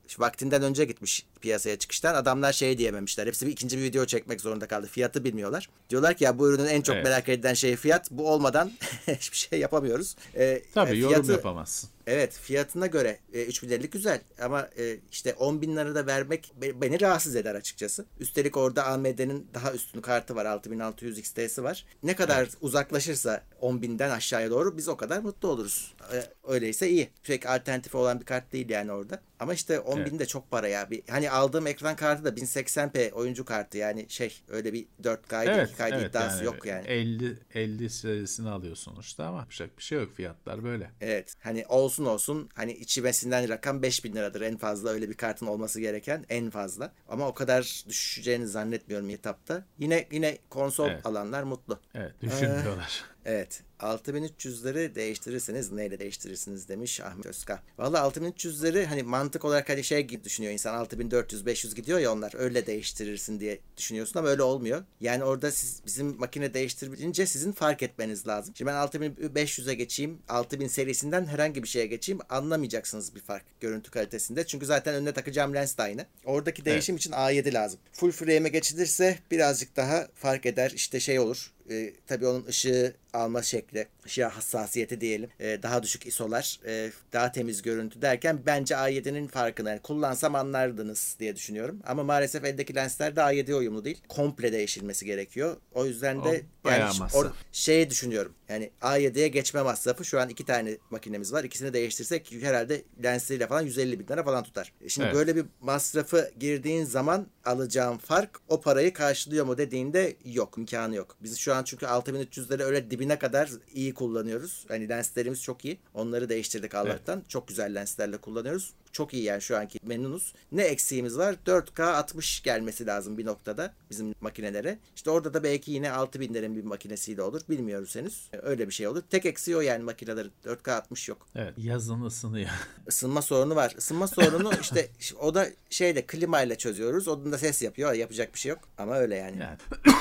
vaktinden önce gitmiş piyasaya çıkıştan. Adamlar şey diyememişler. Hepsi bir ikinci bir video çekmek zorunda kaldı. Fiyatı bilmiyorlar. Diyorlar ki ya bu ürünün en çok evet. merak edilen şey fiyat. Bu olmadan hiçbir şey yapamıyoruz. Ee, Tabii fiyatı, yorum yapamazsın. Evet, fiyatına göre e, üç bin liralık güzel ama e, işte on bin lira da vermek be, beni rahatsız eder açıkçası. Üstelik orada A M D'nin daha üstün kartı var, altı bin altı yüz X T'si var. Ne kadar evet. uzaklaşırsa on binden aşağıya doğru biz o kadar mutlu oluruz. E, öyleyse iyi. Sürekli alternatifi olan bir kart değil yani orada. Ama işte on bin evet. de çok para ya. Bir, hani aldığım ekran kartı da bin seksen p oyuncu kartı yani şey öyle bir dört K'ydı evet, iki K'ydı evet, iddiası yani yok yani. elli elli serisini alıyor sonuçta ama yapacak bir şey yok, fiyatlar böyle. Evet, hani olsun olsun hani içimesinden rakam beş bin liradır en fazla, öyle bir kartın olması gereken en fazla. Ama o kadar düşeceğini zannetmiyorum etapta. Yine yine konsol evet. alanlar mutlu. Evet, düşünmüyorlar. Ee, evet. altı bin üç yüzleri değiştirirseniz neyle değiştirirsiniz demiş Ahmet Özkan. Valla altı bin üç yüzleri hani mantık olarak hani şey gibi düşünüyor insan, altı bin dört yüz beş yüz gidiyor ya onlar, öyle değiştirirsin diye düşünüyorsun ama öyle olmuyor. Yani orada siz bizim makine değiştirince sizin fark etmeniz lazım. Şimdi ben altı bin beş yüze geçeyim, altı bin serisinden herhangi bir şeye geçeyim, anlamayacaksınız bir fark görüntü kalitesinde. Çünkü zaten önüne takacağım lens de aynı. Oradaki değişim evet. için A yedi lazım. Full frame'e geçilirse birazcık daha fark eder. İşte şey olur. E, tabii onun ışığı alma şekli, ışığa hassasiyeti diyelim. E, daha düşük I S O'lar, e, daha temiz görüntü derken bence A yedinin farkını yani kullansam anlardınız diye düşünüyorum. Ama maalesef eldeki lensler de A yediye uyumlu değil. Komple değişilmesi gerekiyor. O yüzden de o yani or- şeyi düşünüyorum. Yani A yediye geçme masrafı, şu an iki tane makinemiz var. İkisini değiştirsek herhalde lensiyle falan yüz elli bin lira falan tutar. Şimdi evet. böyle bir masrafı girdiğin zaman alacağım fark o parayı karşılıyor mu dediğinde yok, imkanı yok. Biz şu an çünkü altı bin üç yüzleri öyle dibine kadar iyi kullanıyoruz. Hani lenslerimiz çok iyi. Onları değiştirdik Allah'tan. Evet. Çok güzel lenslerle kullanıyoruz. Çok iyi yani şu anki memnunuz. Ne eksiğimiz var? dört K altmış gelmesi lazım bir noktada bizim makinelere. İşte orada da belki yine altı binlerin bir makinesiyle olur. Bilmiyoruz henüz. Öyle bir şey olur. Tek eksiği o yani makinelerin. dört K altmış yok. Evet. Yazın ısınıyor. Isınma sorunu var. Isınma sorunu işte o da şeyle, klimayla çözüyoruz. Onun da ses yapıyor. Yapacak bir şey yok. Ama öyle yani. yani.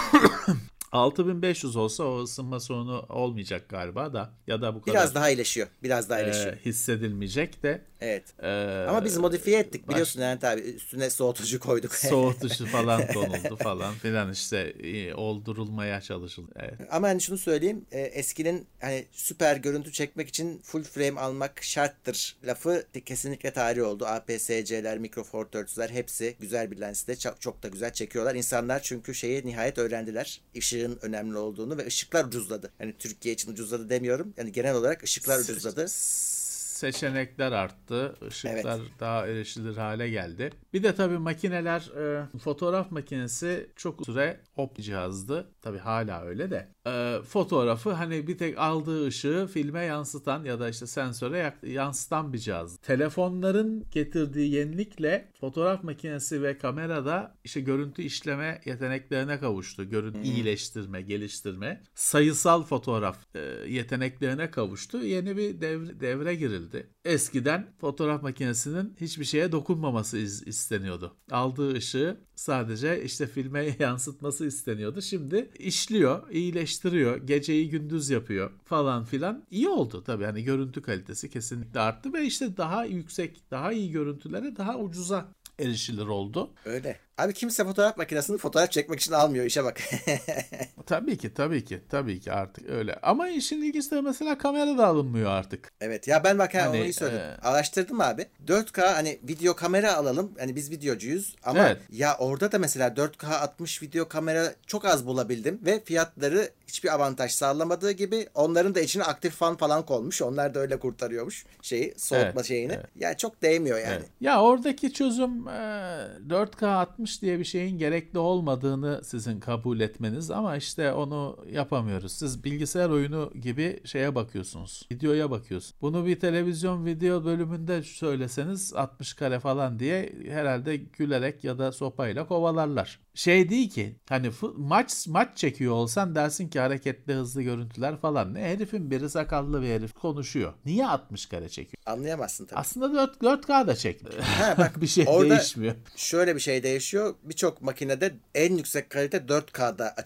altı bin beş yüz olsa o ısınma sorunu olmayacak galiba da, ya da bu kadar biraz daha iyileşiyor. Biraz daha iyileşiyor. E, hissedilmeyecek de. Evet. E, Ama biz modifiye ettik biliyorsun yani tabii, üstüne soğutucu koyduk. Soğutucu falan konuldu falan filan işte e, oldurulmaya çalışıldı. Evet. Ama hani şunu söyleyeyim, e, eskinin hani süper görüntü çekmek için full frame almak şarttır lafı kesinlikle tarih oldu. A P S C'ler, Micro Four Thirds'ler hepsi güzel bir lensle çok, çok da güzel çekiyorlar. İnsanlar çünkü şeyi nihayet öğrendiler. Işığın önemli olduğunu ve ışıklar ucuzladı. Yani Türkiye için ucuzladı demiyorum. Yani genel olarak ışıklar ucuzladı. Seçenekler arttı. Işıklar evet. daha erişilir hale geldi. Bir de tabii makineler, e, fotoğraf makinesi çok süre op cihazdı. Tabii hala öyle de. E, fotoğrafı hani bir tek aldığı ışığı filme yansıtan ya da işte sensöre yansıtan bir cihaz. Telefonların getirdiği yenilikle fotoğraf makinesi ve kamerada işte görüntü işleme yeteneklerine kavuştu. Görüntü hmm. iyileştirme, geliştirme, sayısal fotoğraf e, yeteneklerine kavuştu. Yeni bir devre, devre girildi. Eskiden fotoğraf makinesinin hiçbir şeye dokunmaması iz- isteniyordu. Aldığı ışığı sadece işte filme yansıtması isteniyordu. Şimdi işliyor, iyileştiriyor, geceyi gündüz yapıyor falan filan. İyi oldu tabii, hani görüntü kalitesi kesinlikle arttı ve işte daha yüksek, daha iyi görüntülere daha ucuza erişilir oldu. Öyle. Abi kimse fotoğraf makinesini fotoğraf çekmek için almıyor, işe bak. Tabii ki tabii ki tabii ki artık öyle. Ama işin ilgisi de mesela kamera da alınmıyor artık. Evet ya, ben bak hani, onu iyi söyledim. E... Araştırdım abi. dört K hani video kamera alalım. Hani biz videocuyuz ama evet. ya orada da mesela dört K altmış video kamera çok az bulabildim ve fiyatları hiçbir avantaj sağlamadığı gibi onların da içine aktif fan falan konmuş. Onlar da öyle kurtarıyormuş şeyi, soğutma evet, şeyini. Evet. Ya çok değmiyor yani. Evet. Ya oradaki çözüm e, dört K altmış diye bir şeyin gerekli olmadığını sizin kabul etmeniz, ama işte onu yapamıyoruz. Siz bilgisayar oyunu gibi şeye bakıyorsunuz. Videoya bakıyorsunuz. Bunu bir televizyon video bölümünde söyleseniz altmış kare falan diye herhalde gülerek ya da sopayla kovalarlar. Şey değil ki hani maç maç çekiyor olsan dersin ki hareketli hızlı görüntüler falan. Ne, herifin biri sakallı bir herif konuşuyor. Niye altmış kare çekiyor? Anlayamazsın tabii. Aslında dört K da çekmiyor. Ha, bak, bir şey orada değişmiyor. Şöyle bir şey değişiyor. Birçok makinede en yüksek kalite dört K'da açılıyor.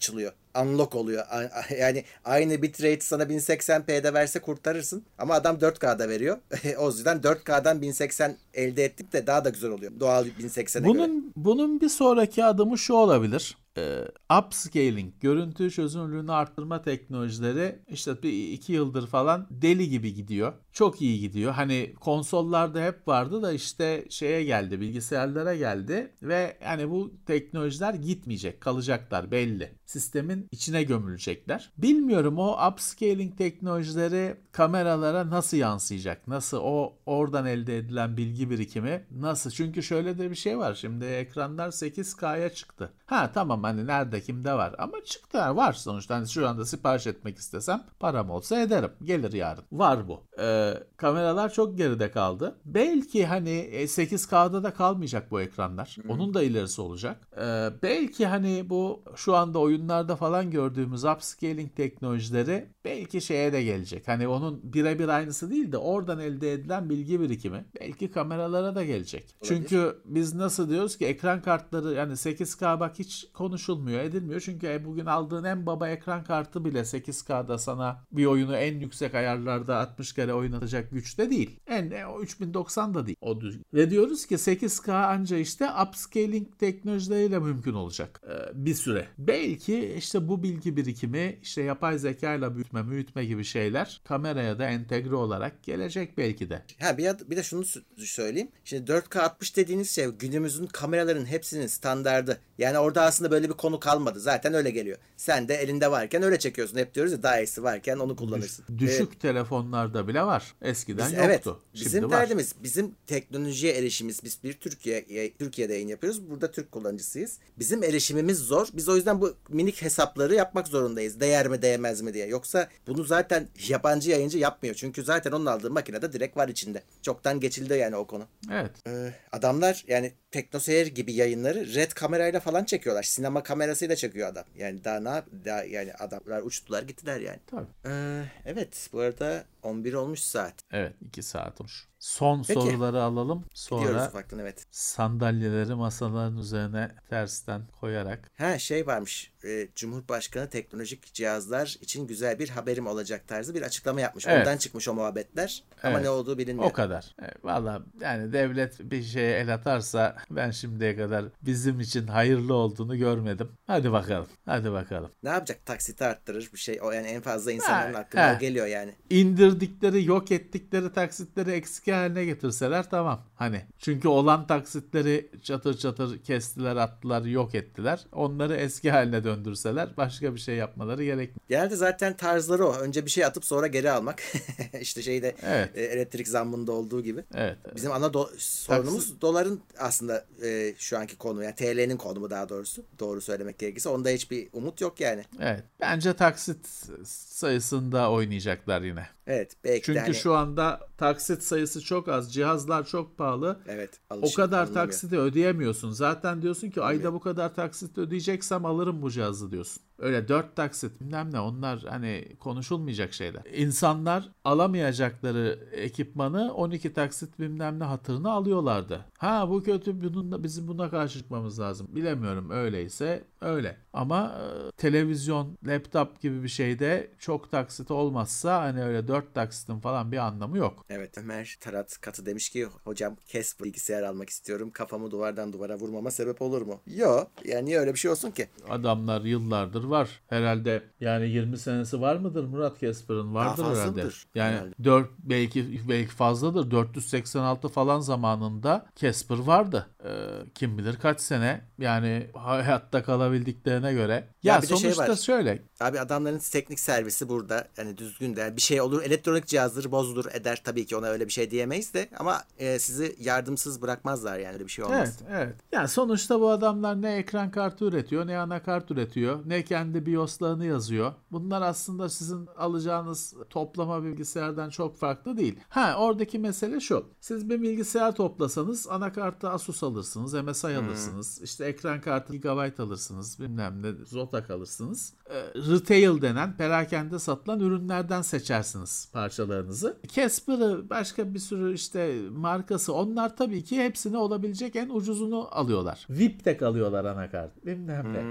unlock oluyor. Yani aynı bitrate sana bin seksen p'de verse kurtarırsın ama adam dört K'da veriyor. O yüzden dört K'dan bin seksen elde ettik de daha da güzel oluyor. Doğal bin seksene bunun, göre. Bunun bir sonraki adımı şu olabilir. Ee, upscaling, görüntü çözünürlüğünü arttırma teknolojileri işte bir iki yıldır falan deli gibi gidiyor. Çok iyi gidiyor. Hani konsollarda hep vardı da işte şeye geldi, bilgisayarlara geldi ve yani bu teknolojiler gitmeyecek, kalacaklar belli. Sistemin içine gömülecekler. Bilmiyorum o upscaling teknolojileri kameralara nasıl yansıyacak? Nasıl o oradan elde edilen bilgi birikimi nasıl? Çünkü şöyle de bir şey var. Şimdi ekranlar sekiz K'ya çıktı. Ha tamam hani nerede kimde var ama çıktı var sonuçta. Hani şu anda sipariş etmek istesem param olsa ederim. Gelir yarın. Var bu. Ee, kameralar çok geride kaldı. Belki hani sekiz K'da da kalmayacak bu ekranlar. Hmm. Onun da ilerisi olacak. Ee, belki hani bu şu anda oyunlarda falan gördüğümüz upscaling teknolojileri belki şeye de gelecek. Hani onun birebir aynısı değil de oradan elde edilen bilgi birikimi belki kameralara da gelecek. Olabilir. Çünkü biz nasıl diyoruz ki ekran kartları yani sekiz K bak hiç konuşulmuyor, edilmiyor. Çünkü bugün aldığın en baba ekran kartı bile sekiz K'da sana bir oyunu en yüksek ayarlarda altmış kere oynatacak güçte değil. En üç bin doksan da değil. O düzgün. Ve diyoruz ki sekiz K anca işte upscaling teknolojileriyle mümkün olacak ee, bir süre. Belki işte bu bilgi birikimi işte yapay zeka ile büyütme, büyütme gibi şeyler kameraya da entegre olarak gelecek belki de. Ha bir, bir de şunu söyleyeyim. Şimdi dört K altmış dediğiniz şey günümüzün kameraların hepsinin standardı. Yani orada aslında böyle bir konu kalmadı. Zaten öyle geliyor. Sen de elinde varken öyle çekiyorsun. Hep diyoruz ya daha iyisi varken onu kullanırsın. Düş, düşük evet. Telefonlarda bile var. Eskiden biz, yoktu. Evet. Şimdi bizim var. derdimiz, bizim teknolojiye erişimimiz. Biz bir Türkiye Türkiye'de yayın yapıyoruz. Burada Türk kullanıcısıyız. Bizim erişimimiz zor. Biz o yüzden bu minik hesapları yapmak zorundayız. Değer mi değmez mi diye. Yoksa bunu zaten yabancı yayıncı yapmıyor. Çünkü zaten onun aldığı makinede direkt var içinde. Çoktan geçildi yani o konu. Evet. Ee, adamlar yani TeknoSeyir gibi yayınları red kamerayla falan çekiyorlar. Sinema kamerasıyla çekiyor adam. Yani daha ne daha yani adamlar uçtular gittiler yani. Tabii. Ee, evet bu arada on bir olmuş saat. Evet iki saat olmuş. Son Peki. Soruları alalım. Sonra ufaktan, evet. Sandalyeleri masaların üzerine tersten koyarak. Ha şey varmış. E, Cumhurbaşkanı teknolojik cihazlar için güzel bir haberim olacak tarzı bir açıklama yapmış. Evet. Ondan çıkmış o muhabbetler. Evet. Ama ne olduğu bilinmiyor. O kadar. E, Valla yani devlet bir şeye el atarsa ben şimdiye kadar bizim için hayırlı olduğunu görmedim. Hadi bakalım. Hadi bakalım. Ne yapacak? Taksiti arttırır bir şey. O yani en fazla insanların ha, aklına ha. o geliyor yani. İndirdikleri, yok ettikleri taksitleri eksik haline getirseler tamam. Hani çünkü olan taksitleri çatır çatır kestiler, attılar, yok ettiler. Onları eski haline döndürseler başka bir şey yapmaları gerekmiyor. Genelde zaten tarzları o. Önce bir şey atıp sonra geri almak. İşte şeyde evet. e, elektrik zammında olduğu gibi. Evet. Bizim ana do- sorunumuz Taksit... doların aslında e, şu anki konu. Yani T L'nin konumu daha doğrusu. Doğru söylemek gerekirse. Onda hiçbir umut yok yani. Evet. Bence taksit sayısında oynayacaklar yine. Evet. Belki Çünkü hani... şu anda taksit sayısı çok az. Cihazlar çok pahalı. Evet. O kadar taksiti ödeyemiyorsun. Zaten diyorsun ki ayda bu kadar taksit ödeyeceksem alırım bu cihazı diyorsun. Öyle dört taksit bilmem ne onlar hani konuşulmayacak şeyler. İnsanlar alamayacakları ekipmanı on iki taksit bilmem ne hatırına alıyorlardı. Ha bu kötü, bunun da bizim buna karşı çıkmamız lazım. Bilemiyorum, öyleyse öyle. Ama e, televizyon, laptop gibi bir şeyde çok taksit olmazsa hani öyle dört taksitin falan bir anlamı yok. Evet, Ömer Tarat Katı demiş ki hocam Casper bilgisayar almak istiyorum. Kafamı duvardan duvara vurmama sebep olur mu? Yok. Yani niye öyle bir şey olsun ki? Adamlar yıllardır var. Herhalde yani yirmi senesi var mıdır Murat Casper'ın? Vardır herhalde. Yani herhalde. dört belki belki fazladır. dört yüz seksen altı falan zamanında Casper vardı. Ee, kim bilir kaç sene yani hayatta kalabildiklerine göre. Ya, ya sonuçta şey şöyle. Abi adamların teknik servisi burada yani düzgün de bir şey olur. Elektronik cihazları bozulur eder tabii ki, ona öyle bir şey diyemeyiz de ama e, sizi yardımsız bırakmazlar yani, öyle bir şey olmaz. Evet, evet. Yani sonuçta bu adamlar ne ekran kartı üretiyor, ne anakart üretiyor, ne kendi BIOS'larını yazıyor. Bunlar aslında sizin alacağınız toplama bilgisayardan çok farklı değil. Ha oradaki mesele şu. Siz bir bilgisayar toplasanız anakartı Asus alırsınız, M S I hmm. alırsınız. İşte ekran kartı Gigabyte alırsınız, bilmem ne Zotac alırsınız. E, retail denen perakende satılan ürünlerden seçersiniz parçalarınızı. Casper'ı başka bir sürü işte markası, onlar tabii ki hepsini olabilecek en ucuzunu alıyorlar. V I P tek alıyorlar anakart. Bilmem ne. Hmm. O,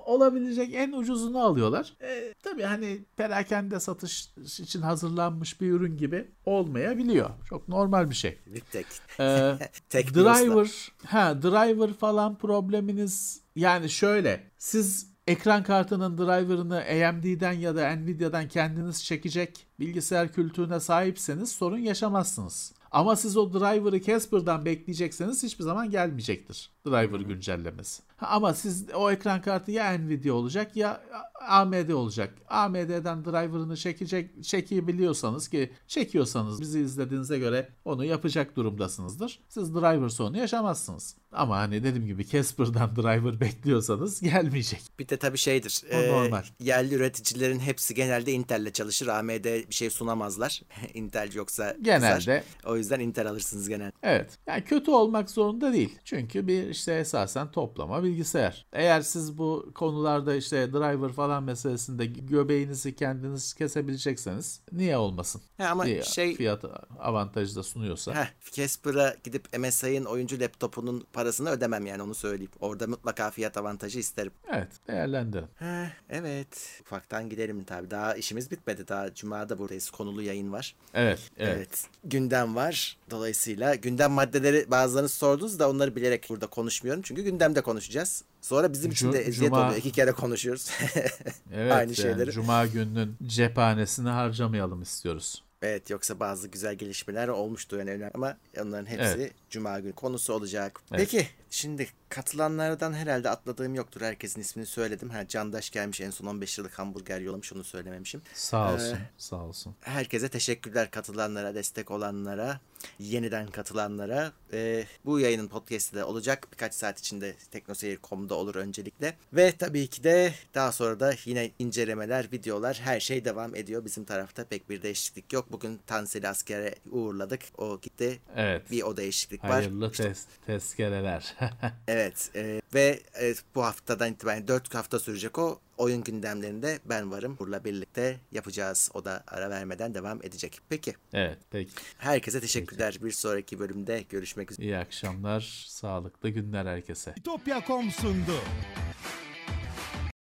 olabilecek en ucuzunu alıyorlar. E, tabii hani perakende satış için hazırlanmış bir ürün gibi olmayabiliyor. Çok normal bir şey. Tek. Ee, Tek driver, ha driver falan probleminiz yani şöyle. Siz ekran kartının driver'ını A M D'den ya da Nvidia'dan kendiniz çekecek bilgisayar kültürüne sahipseniz sorun yaşamazsınız. Ama siz o driver'ı Casper'dan bekleyecekseniz hiçbir zaman gelmeyecektir driver güncellemesi. Ama siz o ekran kartı ya Nvidia olacak ya A M D olacak. A M D'den driver'ını çekecek, çekebiliyorsanız ki çekiyorsanız bizi izlediğinize göre onu yapacak durumdasınızdır. Siz driver sorunu yaşamazsınız. Ama hani dediğim gibi Casper'dan driver bekliyorsanız gelmeyecek. Bir de tabii şeydir. O e, normal. Yerli üreticilerin hepsi genelde Intel'le çalışır. A M D bir şey sunamazlar. Intel yoksa genelde. Kızar. O yüzden Intel alırsınız genelde. Evet. Yani kötü olmak zorunda değil. Çünkü bir işte esasen toplama bilgisayar. Eğer siz bu konularda işte driver falan meselesinde göbeğinizi kendiniz kesebilecekseniz niye olmasın? He ama diye şey fiyat avantajı da sunuyorsa. Heh, Casper'a gidip M S I'ın oyuncu laptopunun parasını ödemem yani onu söyleyeyim. Orada mutlaka fiyat avantajı isterim. Evet, değerlendirin. Heh, evet. Ufaktan gidelim tabii. Daha işimiz bitmedi. Daha Cuma'da buradayız. Konulu yayın var. Evet, evet. Evet. Gündem var. Dolayısıyla gündem maddeleri bazılarınız sordunuz da onları bilerek burada konuşmuyorum. Çünkü gündemde konuşacağız. Sonra bizim için de eziyet Cuma... oluyor. İki kere konuşuyoruz. Evet, aynı yani şeyleri. Cuma gününün cephanesini harcamayalım istiyoruz. Evet, yoksa bazı güzel gelişmeler olmuştu yani önemli ama onların hepsi evet. Cuma günü konusu olacak. Evet. Peki şimdi katılanlardan herhalde atladığım yoktur. Herkesin ismini söyledim. Ha, Candaş gelmiş, en son on beş yıllık hamburger yollamış, onu söylememişim. Sağ olsun, ee, sağ olsun. Herkese teşekkürler, katılanlara, destek olanlara, yeniden katılanlara. Ee, bu yayının podcast'i de olacak. Birkaç saat içinde teknoseyir nokta com'da olur öncelikle. Ve tabii ki de daha sonra da yine incelemeler, videolar, her şey devam ediyor. Bizim tarafta pek bir değişiklik yok. Bugün Tansel'i askere uğurladık. O gitti. Evet. Bir o değişiklik Hayırlı var. Hayırlı işte, tes- tezkereler. Evet. E, ve e, bu haftadan itibaren dört hafta sürecek o. Oyun gündemlerinde ben varım. Burla birlikte yapacağız. O da ara vermeden devam edecek. Peki. Evet, peki. Herkese teşekkürler. Peki. Bir sonraki bölümde görüşmek üzere. İyi akşamlar, sağlıklı günler herkese. İtopya nokta com sundu.